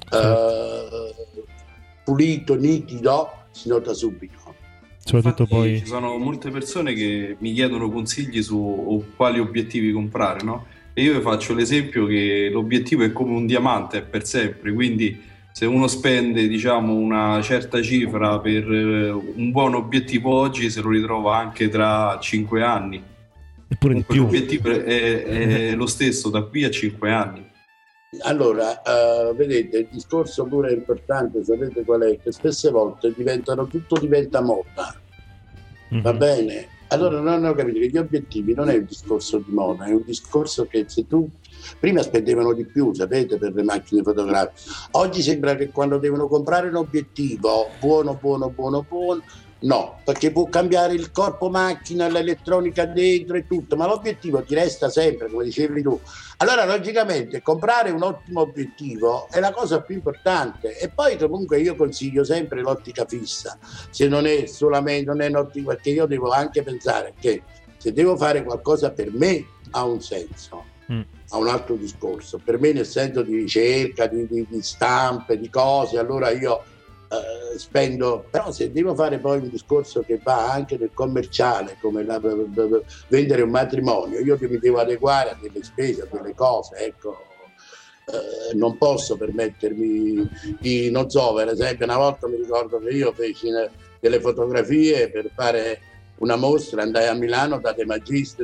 pulito, nitido, si nota subito. Soprattutto poi ci sono molte persone che mi chiedono consigli su quali obiettivi comprare, no? E io vi faccio l'esempio che l'obiettivo è come un diamante, è per sempre, quindi se uno spende diciamo una certa cifra per un buon obiettivo oggi, se lo ritrova anche tra 5 anni. Eppure di più. L'obiettivo è lo stesso da qui a 5 anni. Allora, vedete, il discorso pure è importante, sapete qual è? Che spesse volte tutto diventa moda, va bene? Allora non ho capito che gli obiettivi non è un discorso di moda, è un discorso che se tu... Prima spendevano di più, sapete, per le macchine fotografiche. Oggi sembra che quando devono comprare un obiettivo buono, no, perché può cambiare il corpo macchina, l'elettronica dentro e tutto, ma l'obiettivo ti resta sempre, come dicevi tu. Allora, logicamente, comprare un ottimo obiettivo è la cosa più importante. E poi comunque io consiglio sempre l'ottica fissa, se non è solamente, non è un'ottica, perché io devo anche pensare che se devo fare qualcosa per me ha un senso, ha un altro discorso. Per me nel senso di ricerca, di stampe, di cose, allora io spendo, però se devo fare poi un discorso che va anche nel commerciale, come vendere un matrimonio, io mi devo adeguare a delle spese, a delle cose, ecco. Non posso permettermi di, non so, per esempio una volta mi ricordo che io feci delle fotografie per fare una mostra, andai a Milano da De Magistris,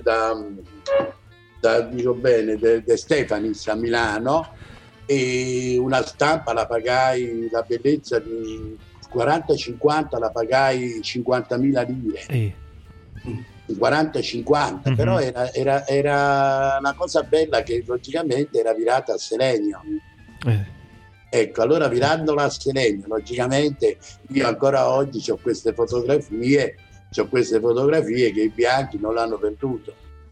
dico bene, De Stefanis a Milano, e una stampa la pagai, la bellezza di 40-50 la pagai 50.000 lire. 40-50, però era una cosa bella che logicamente era virata a selenio. Ecco, allora virandola a selenio, logicamente io ancora oggi ho queste fotografie che i bianchi non l'hanno venduto.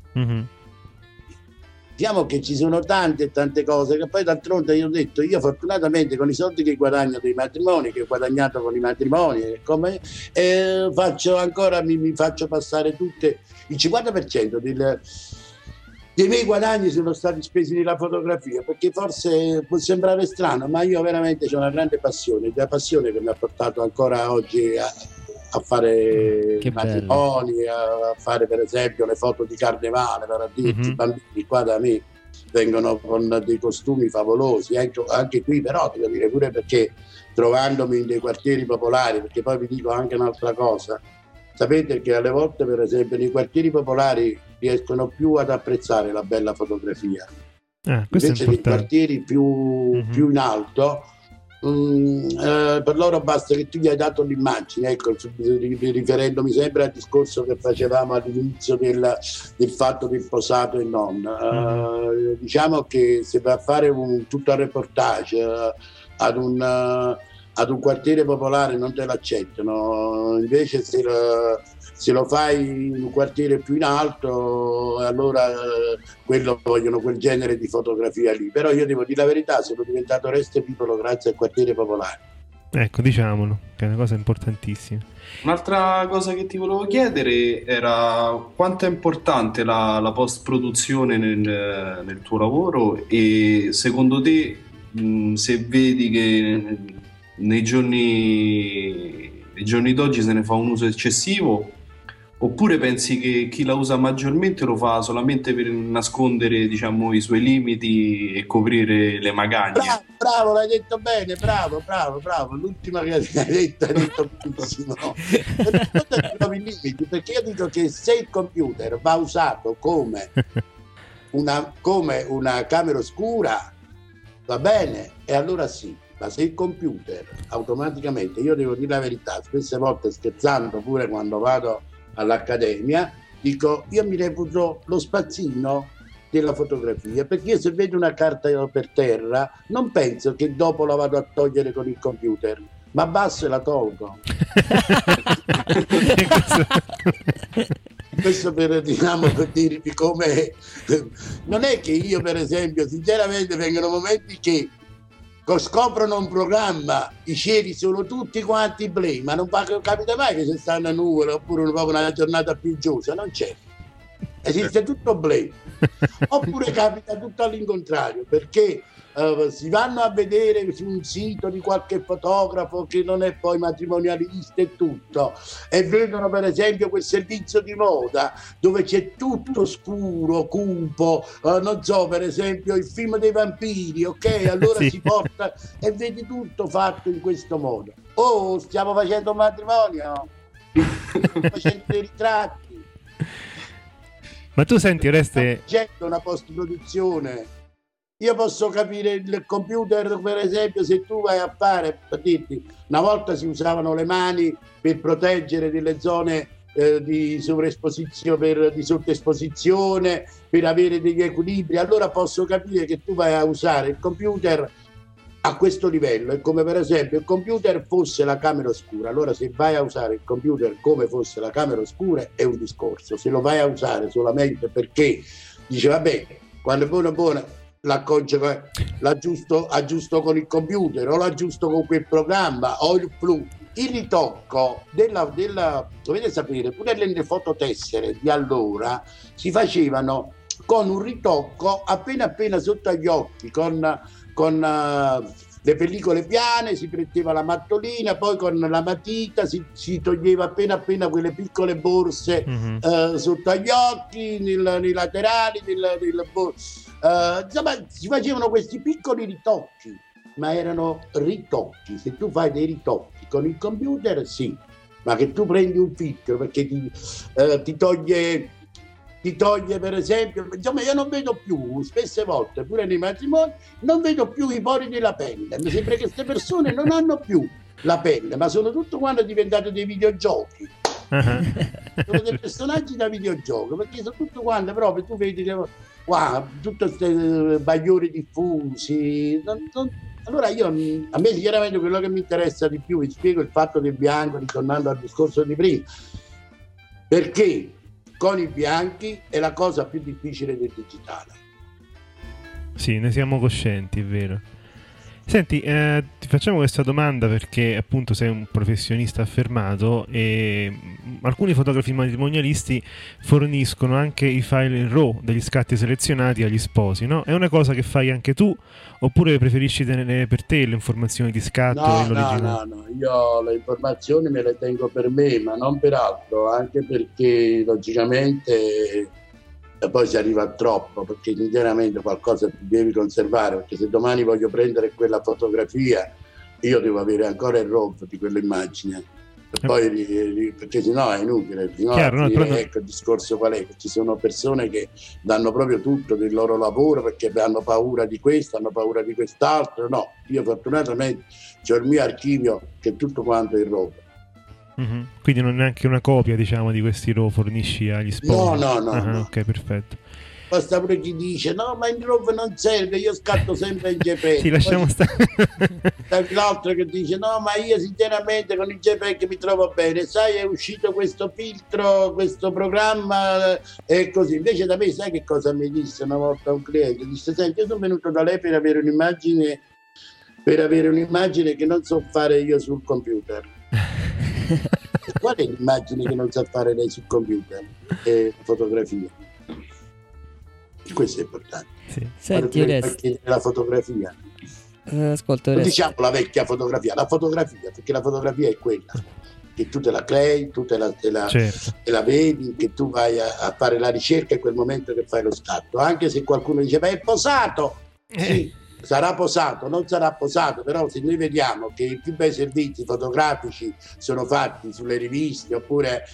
Diciamo che ci sono tante cose che poi d'altronde io ho detto, io fortunatamente con i soldi che guadagno dei matrimoni, che ho guadagnato con i matrimoni, faccio ancora, mi faccio passare tutte, il 50% dei miei guadagni sono stati spesi nella fotografia, perché forse può sembrare strano, ma io veramente ho una grande passione, la passione che mi ha portato ancora oggi a fare matrimoni, a fare per esempio le foto di carnevale, per dirti, i bambini qua da me vengono con dei costumi favolosi, anche qui però devo dire pure, perché trovandomi in dei quartieri popolari, perché poi vi dico anche un'altra cosa, sapete che alle volte per esempio nei quartieri popolari riescono più ad apprezzare la bella fotografia, invece nei quartieri più in alto, per loro basta che tu gli hai dato l'immagine, ecco, riferendomi sempre al discorso che facevamo all'inizio del fatto del posato e non, diciamo che se va a fare tutto il reportage ad un quartiere popolare non te l'accettano, invece se lo fai in un quartiere più in alto, allora quello vogliono quel genere di fotografia lì. Però io devo dire la verità, sono diventato Oreste Pipolo grazie al quartiere popolare. Ecco, diciamolo, che è una cosa importantissima. Un'altra cosa che ti volevo chiedere era quanto è importante la post-produzione nel tuo lavoro, e secondo te se vedi che nei giorni d'oggi se ne fa un uso eccessivo, Oppure pensi che chi la usa maggiormente lo fa solamente per nascondere, diciamo, i suoi limiti e coprire le magagne? Bravo, l'hai detto bene, bravo. L'ultima che hai detto benissimo. Per i limiti, perché io dico che se il computer va usato come una camera oscura, va bene, e allora sì. Ma se il computer automaticamente, io devo dire la verità, spesse volte scherzando pure quando vado all'accademia, dico io mi reputo lo spazzino della fotografia, perché io se vedo una carta per terra non penso che dopo la vado a togliere con il computer, ma abbasso e la tolgo. Questo per dirvi come non è che io, per esempio, sinceramente vengono momenti che scoprono un programma, i cieli sono tutti quanti blu, ma non capita mai che ci stanno nuvole oppure una giornata piogiosa, non c'è, esiste tutto blu. Oppure capita tutto all'incontrario, perché si vanno a vedere su un sito di qualche fotografo che non è poi matrimonialista e tutto, e vedono per esempio quel servizio di moda dove c'è tutto scuro, cupo, non so, per esempio il film dei vampiri, ok? Allora sì. Si porta e vedi tutto fatto in questo modo. Oh, stiamo facendo un matrimonio, facendo dei ritratti. Ma tu senti, Oreste, c'è una post-produzione. Io posso capire il computer, per esempio, se tu vai a fare, per dirti, una volta si usavano le mani per proteggere delle zone di sovraesposizione, di sottoesposizione, per avere degli equilibri, allora posso capire che tu vai a usare il computer a questo livello. È come per esempio il computer fosse la camera oscura. Allora se vai a usare il computer come fosse la camera oscura è un discorso. Se lo vai a usare solamente perché dice vabbè, quando è buono aggiusto con il computer o l'aggiusto con quel programma o il flu, il ritocco dovete sapere, pure le fototessere di allora si facevano con un ritocco appena sotto agli occhi, con le pellicole piane, si prendeva la mattolina, poi con la matita si toglieva appena quelle piccole borse sotto agli occhi, nei laterali insomma si facevano questi piccoli ritocchi, ma erano ritocchi. Se tu fai dei ritocchi con il computer sì, ma che tu prendi un filtro perché ti toglie per esempio, insomma io non vedo più, spesse volte pure nei matrimoni, non vedo più i pori della pelle, mi sembra che queste persone non hanno più la pelle, ma sono tutto quanto diventate dei videogiochi. Sono dei personaggi da videogioco, perché sono tutto quanto proprio, tu vedi wow, tutti questi bagliori diffusi. Allora a me sinceramente quello che mi interessa di più, vi spiego il fatto del bianco, ritornando al discorso di prima, perché con i bianchi è la cosa più difficile del digitale. Sì, ne siamo coscienti, è vero. Senti, ti facciamo questa domanda perché appunto sei un professionista affermato e alcuni fotografi matrimonialisti forniscono anche i file in RAW degli scatti selezionati agli sposi, no? È una cosa che fai anche tu oppure preferisci tenere per te le informazioni di scatto e l'originale? No, io le informazioni me le tengo per me, ma non per altro, anche perché logicamente poi si arriva a troppo, perché sinceramente qualcosa devi conservare, perché se domani voglio prendere quella fotografia io devo avere ancora il RAW di quell'immagine, e poi perché sennò è inutile. Chiaro, ecco il discorso qual è, che ci sono persone che danno proprio tutto del loro lavoro perché hanno paura di questo, hanno paura di quest'altro. No, io fortunatamente ho il mio archivio che è tutto quanto il RAW. Mm-hmm. Quindi non è neanche una copia, diciamo, di questi RAW fornisci agli sposi? No. Ok, perfetto. Basta pure chi dice no, ma il RAW non serve, io scatto sempre in JPEG. Sì, lasciamo stare. L'altro che dice no, ma io sinceramente con il JPEG mi trovo bene, sai, è uscito questo filtro, questo programma e così. Invece da me sai che cosa mi disse una volta un cliente? Disse senti, io sono venuto da lei per avere un'immagine che non so fare io sul computer. Qual è l'immagine che non sa fare lei sul computer? Fotografia. Questo è importante. Sì. Senti, Oreste, la fotografia. Ascolta, non diciamo la vecchia fotografia, la fotografia, perché la fotografia è quella. che tu te la crei, tu te la vedi, che tu vai a fare la ricerca in quel momento che fai lo scatto, anche se qualcuno dice è posato, sì, sarà posato, non sarà posato, però se noi vediamo che i più bei servizi fotografici sono fatti sulle riviste oppure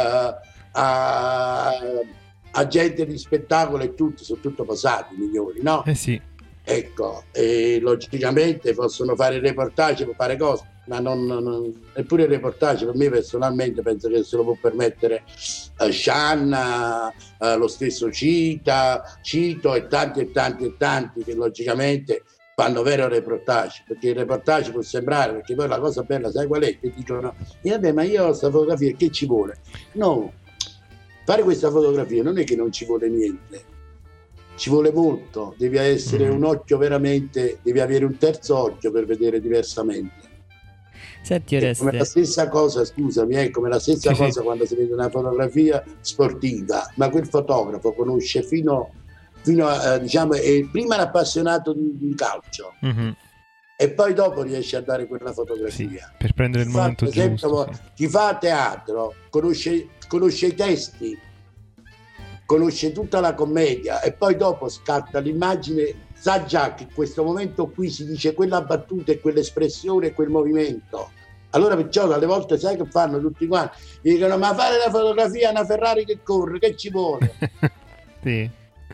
agenti di spettacolo e tutti sono tutto posati migliori, no? Sì. Ecco, e logicamente possono fare reportage, può fare cose, ma non neppure il reportage per me personalmente penso che se lo può permettere Scianna, lo stesso Cito e tanti che logicamente fanno vero reportage, perché il reportage può sembrare, perché poi la cosa bella sai qual è? Che dicono vabbè, ma io ho questa fotografia, che ci vuole? No, fare questa fotografia non è che non ci vuole niente, ci vuole molto, devi essere un occhio veramente, devi avere un terzo occhio per vedere diversamente. Senti, Oreste, come la stessa cosa, scusami, come la stessa cosa quando si vede una fotografia sportiva, ma quel fotografo conosce fino a diciamo, prima era appassionato di calcio e poi dopo riesce a dare quella fotografia per prendere il momento giusto. Chi fa teatro conosce i testi, conosce tutta la commedia e poi dopo scatta l'immagine, sa già che in questo momento qui si dice quella battuta e quell'espressione e quel movimento. Allora perciò alle volte sai che fanno tutti quanti? Dicono ma fare la fotografia a una Ferrari che corre, che ci vuole? Sì.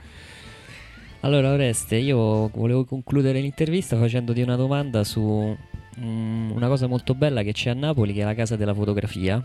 Allora Oreste, io volevo concludere l'intervista facendoti una domanda su una cosa molto bella che c'è a Napoli, che è la Casa della Fotografia.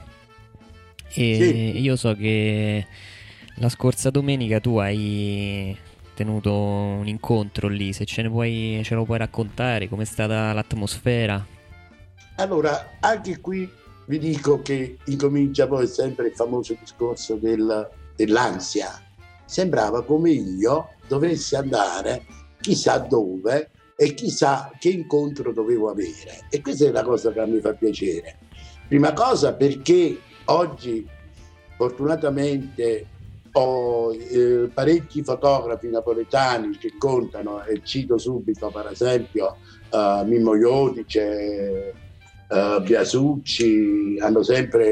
E io so che la scorsa domenica tu hai tenuto un incontro lì, se ce lo puoi raccontare, com'è stata l'atmosfera? Allora, anche qui vi dico che incomincia poi sempre il famoso discorso dell'ansia. Sembrava come io dovessi andare chissà dove e chissà che incontro dovevo avere. E questa è la cosa che mi fa piacere. Prima cosa perché oggi fortunatamente ho parecchi fotografi napoletani che contano, e cito subito per esempio Mimmo Iodice, Biasucci, mi hanno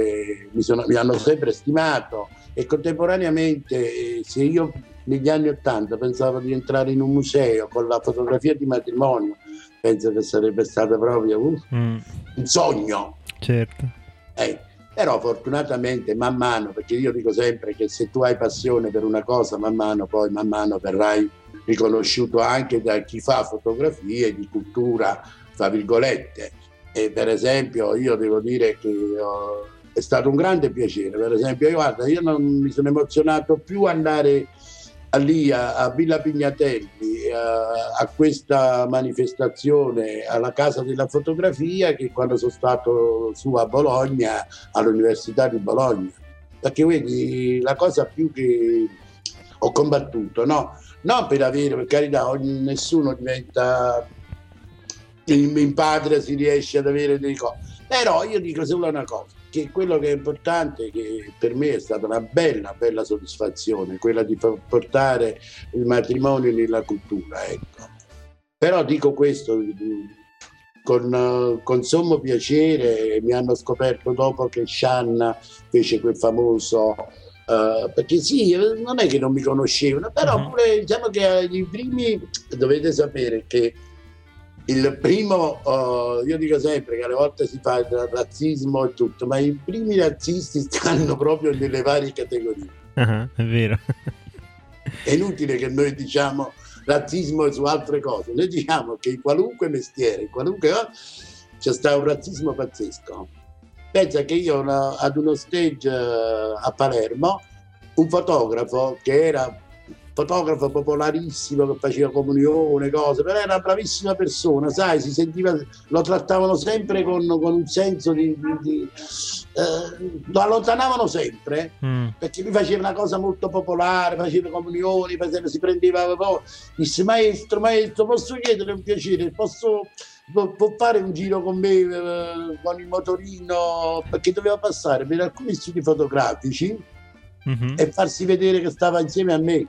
sempre stimato, e contemporaneamente se io negli anni '80 pensavo di entrare in un museo con la fotografia di matrimonio, penso che sarebbe stato proprio un sogno. Certo. Però fortunatamente man mano, perché io dico sempre che se tu hai passione per una cosa man mano verrai riconosciuto anche da chi fa fotografie di cultura, fra virgolette. E per esempio io devo dire che è stato un grande piacere. Per esempio io non mi sono emozionato più andare lì a Villa Pignatelli a questa manifestazione alla Casa della Fotografia che quando sono stato su a Bologna, all'Università di Bologna, perché vedi la cosa più che ho combattuto, no? Non per avere, per carità, nessuno diventa in padre, si riesce ad avere delle cose, però io dico solo una cosa, che quello che è importante, che per me è stata una bella soddisfazione, quella di portare il matrimonio nella cultura, ecco. Però dico questo con sommo piacere. Mi hanno scoperto dopo che Scianna fece quel famoso perché sì, non è che non mi conoscevano, però pure diciamo che i primi, dovete sapere che il primo, io dico sempre che alle volte si fa il razzismo e tutto, ma i primi razzisti stanno proprio nelle varie categorie. È vero. È inutile che noi diciamo razzismo su altre cose, noi diciamo che in qualunque mestiere, in qualunque c'è stato un razzismo pazzesco. Pensa che io ad uno stage a Palermo, un fotografo che era fotografo popolarissimo, che faceva comunione, cose, però era una bravissima persona, sai, si sentiva, lo trattavano sempre con un senso lo allontanavano sempre, perché lui faceva una cosa molto popolare, faceva comunioni, si prendeva, disse maestro, posso chiedere un piacere, può fare un giro con me con il motorino, perché doveva passare per alcuni studi fotografici e farsi vedere che stava insieme a me.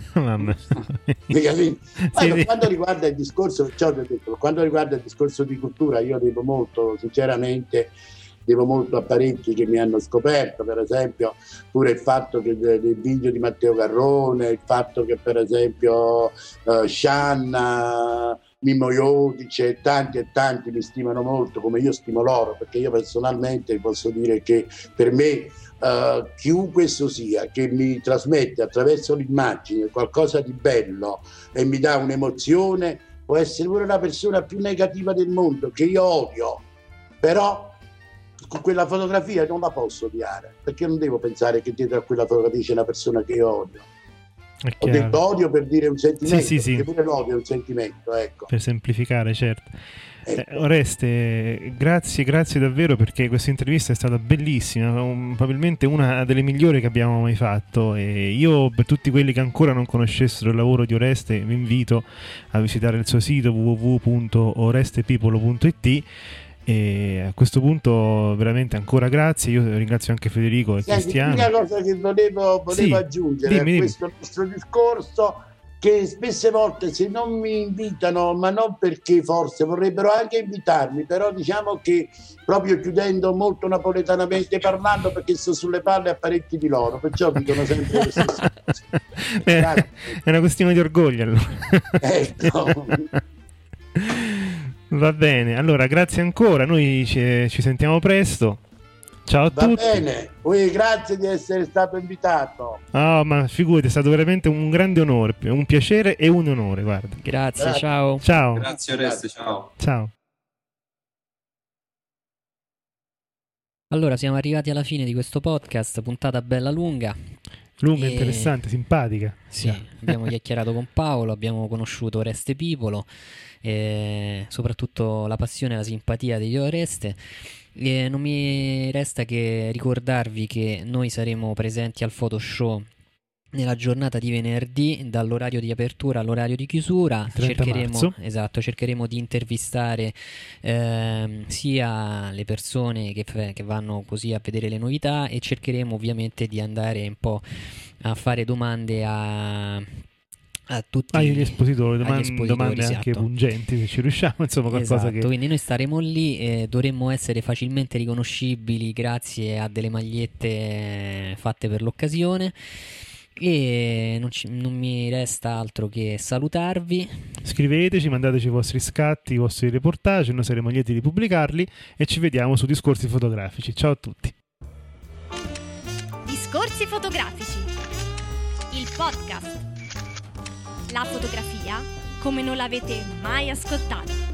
Quando riguarda il discorso, quando riguarda il discorso di cultura, io devo molto sinceramente devo molto a parecchi che mi hanno scoperto, per esempio pure il fatto che del video di Matteo Garrone, il fatto che per esempio Scianna, Mimmo Iodice e tanti mi stimano molto, come io stimo loro, perché io personalmente posso dire che per me chiunque esso sia che mi trasmette attraverso l'immagine qualcosa di bello e mi dà un'emozione, può essere pure la persona più negativa del mondo che io odio, però con quella fotografia non la posso odiare, perché non devo pensare che dietro a quella fotografia c'è una persona che io odio. Ho detto odio per dire un sentimento, perché pure l'odio è un sentimento, ecco. Per semplificare, certo. Oreste, grazie davvero, perché questa intervista è stata bellissima, probabilmente una delle migliori che abbiamo mai fatto, e io, per tutti quelli che ancora non conoscessero il lavoro di Oreste, vi invito a visitare il suo sito www.orestepipolo.it. E a questo punto veramente ancora grazie. Io ringrazio anche Federico e Cristiano. L'unica cosa che volevo aggiungere a questo nostro discorso, che spesse volte se non mi invitano, ma non perché forse vorrebbero anche invitarmi, però diciamo che proprio chiudendo molto napoletanamente parlando, perché sto sulle palle a parecchi di loro, perciò dicono sempre le stesse cose. È una questione di orgoglio, allora. Ecco. Va bene, allora grazie ancora, noi ci sentiamo presto. Ciao a tutti. Va bene, grazie di essere stato invitato. Ma figurati, è stato veramente un grande onore, un piacere e un onore, guarda. Grazie. Ciao. Grazie Oreste, ciao. Allora, siamo arrivati alla fine di questo podcast, puntata bella lunga, interessante, simpatica. Sì, abbiamo chiacchierato con Paolo, abbiamo conosciuto Oreste Pipolo, soprattutto la passione e la simpatia di Oreste. Non mi resta che ricordarvi che noi saremo presenti al Photoshow nella giornata di venerdì, dall'orario di apertura all'orario di chiusura. Cercheremo di intervistare sia le persone che vanno così a vedere le novità, e cercheremo ovviamente di andare un po' a fare domande a tutti gli espositori, domande esatto. Anche pungenti, se ci riusciamo, insomma, qualcosa esatto, quindi noi staremo lì e dovremmo essere facilmente riconoscibili grazie a delle magliette fatte per l'occasione. E non mi resta altro che salutarvi. Scriveteci, mandateci i vostri scatti, i vostri reportage, noi saremo lieti di pubblicarli, e ci vediamo su Discorsi Fotografici. Ciao a tutti. Discorsi Fotografici, il podcast. La fotografia come non l'avete mai ascoltata.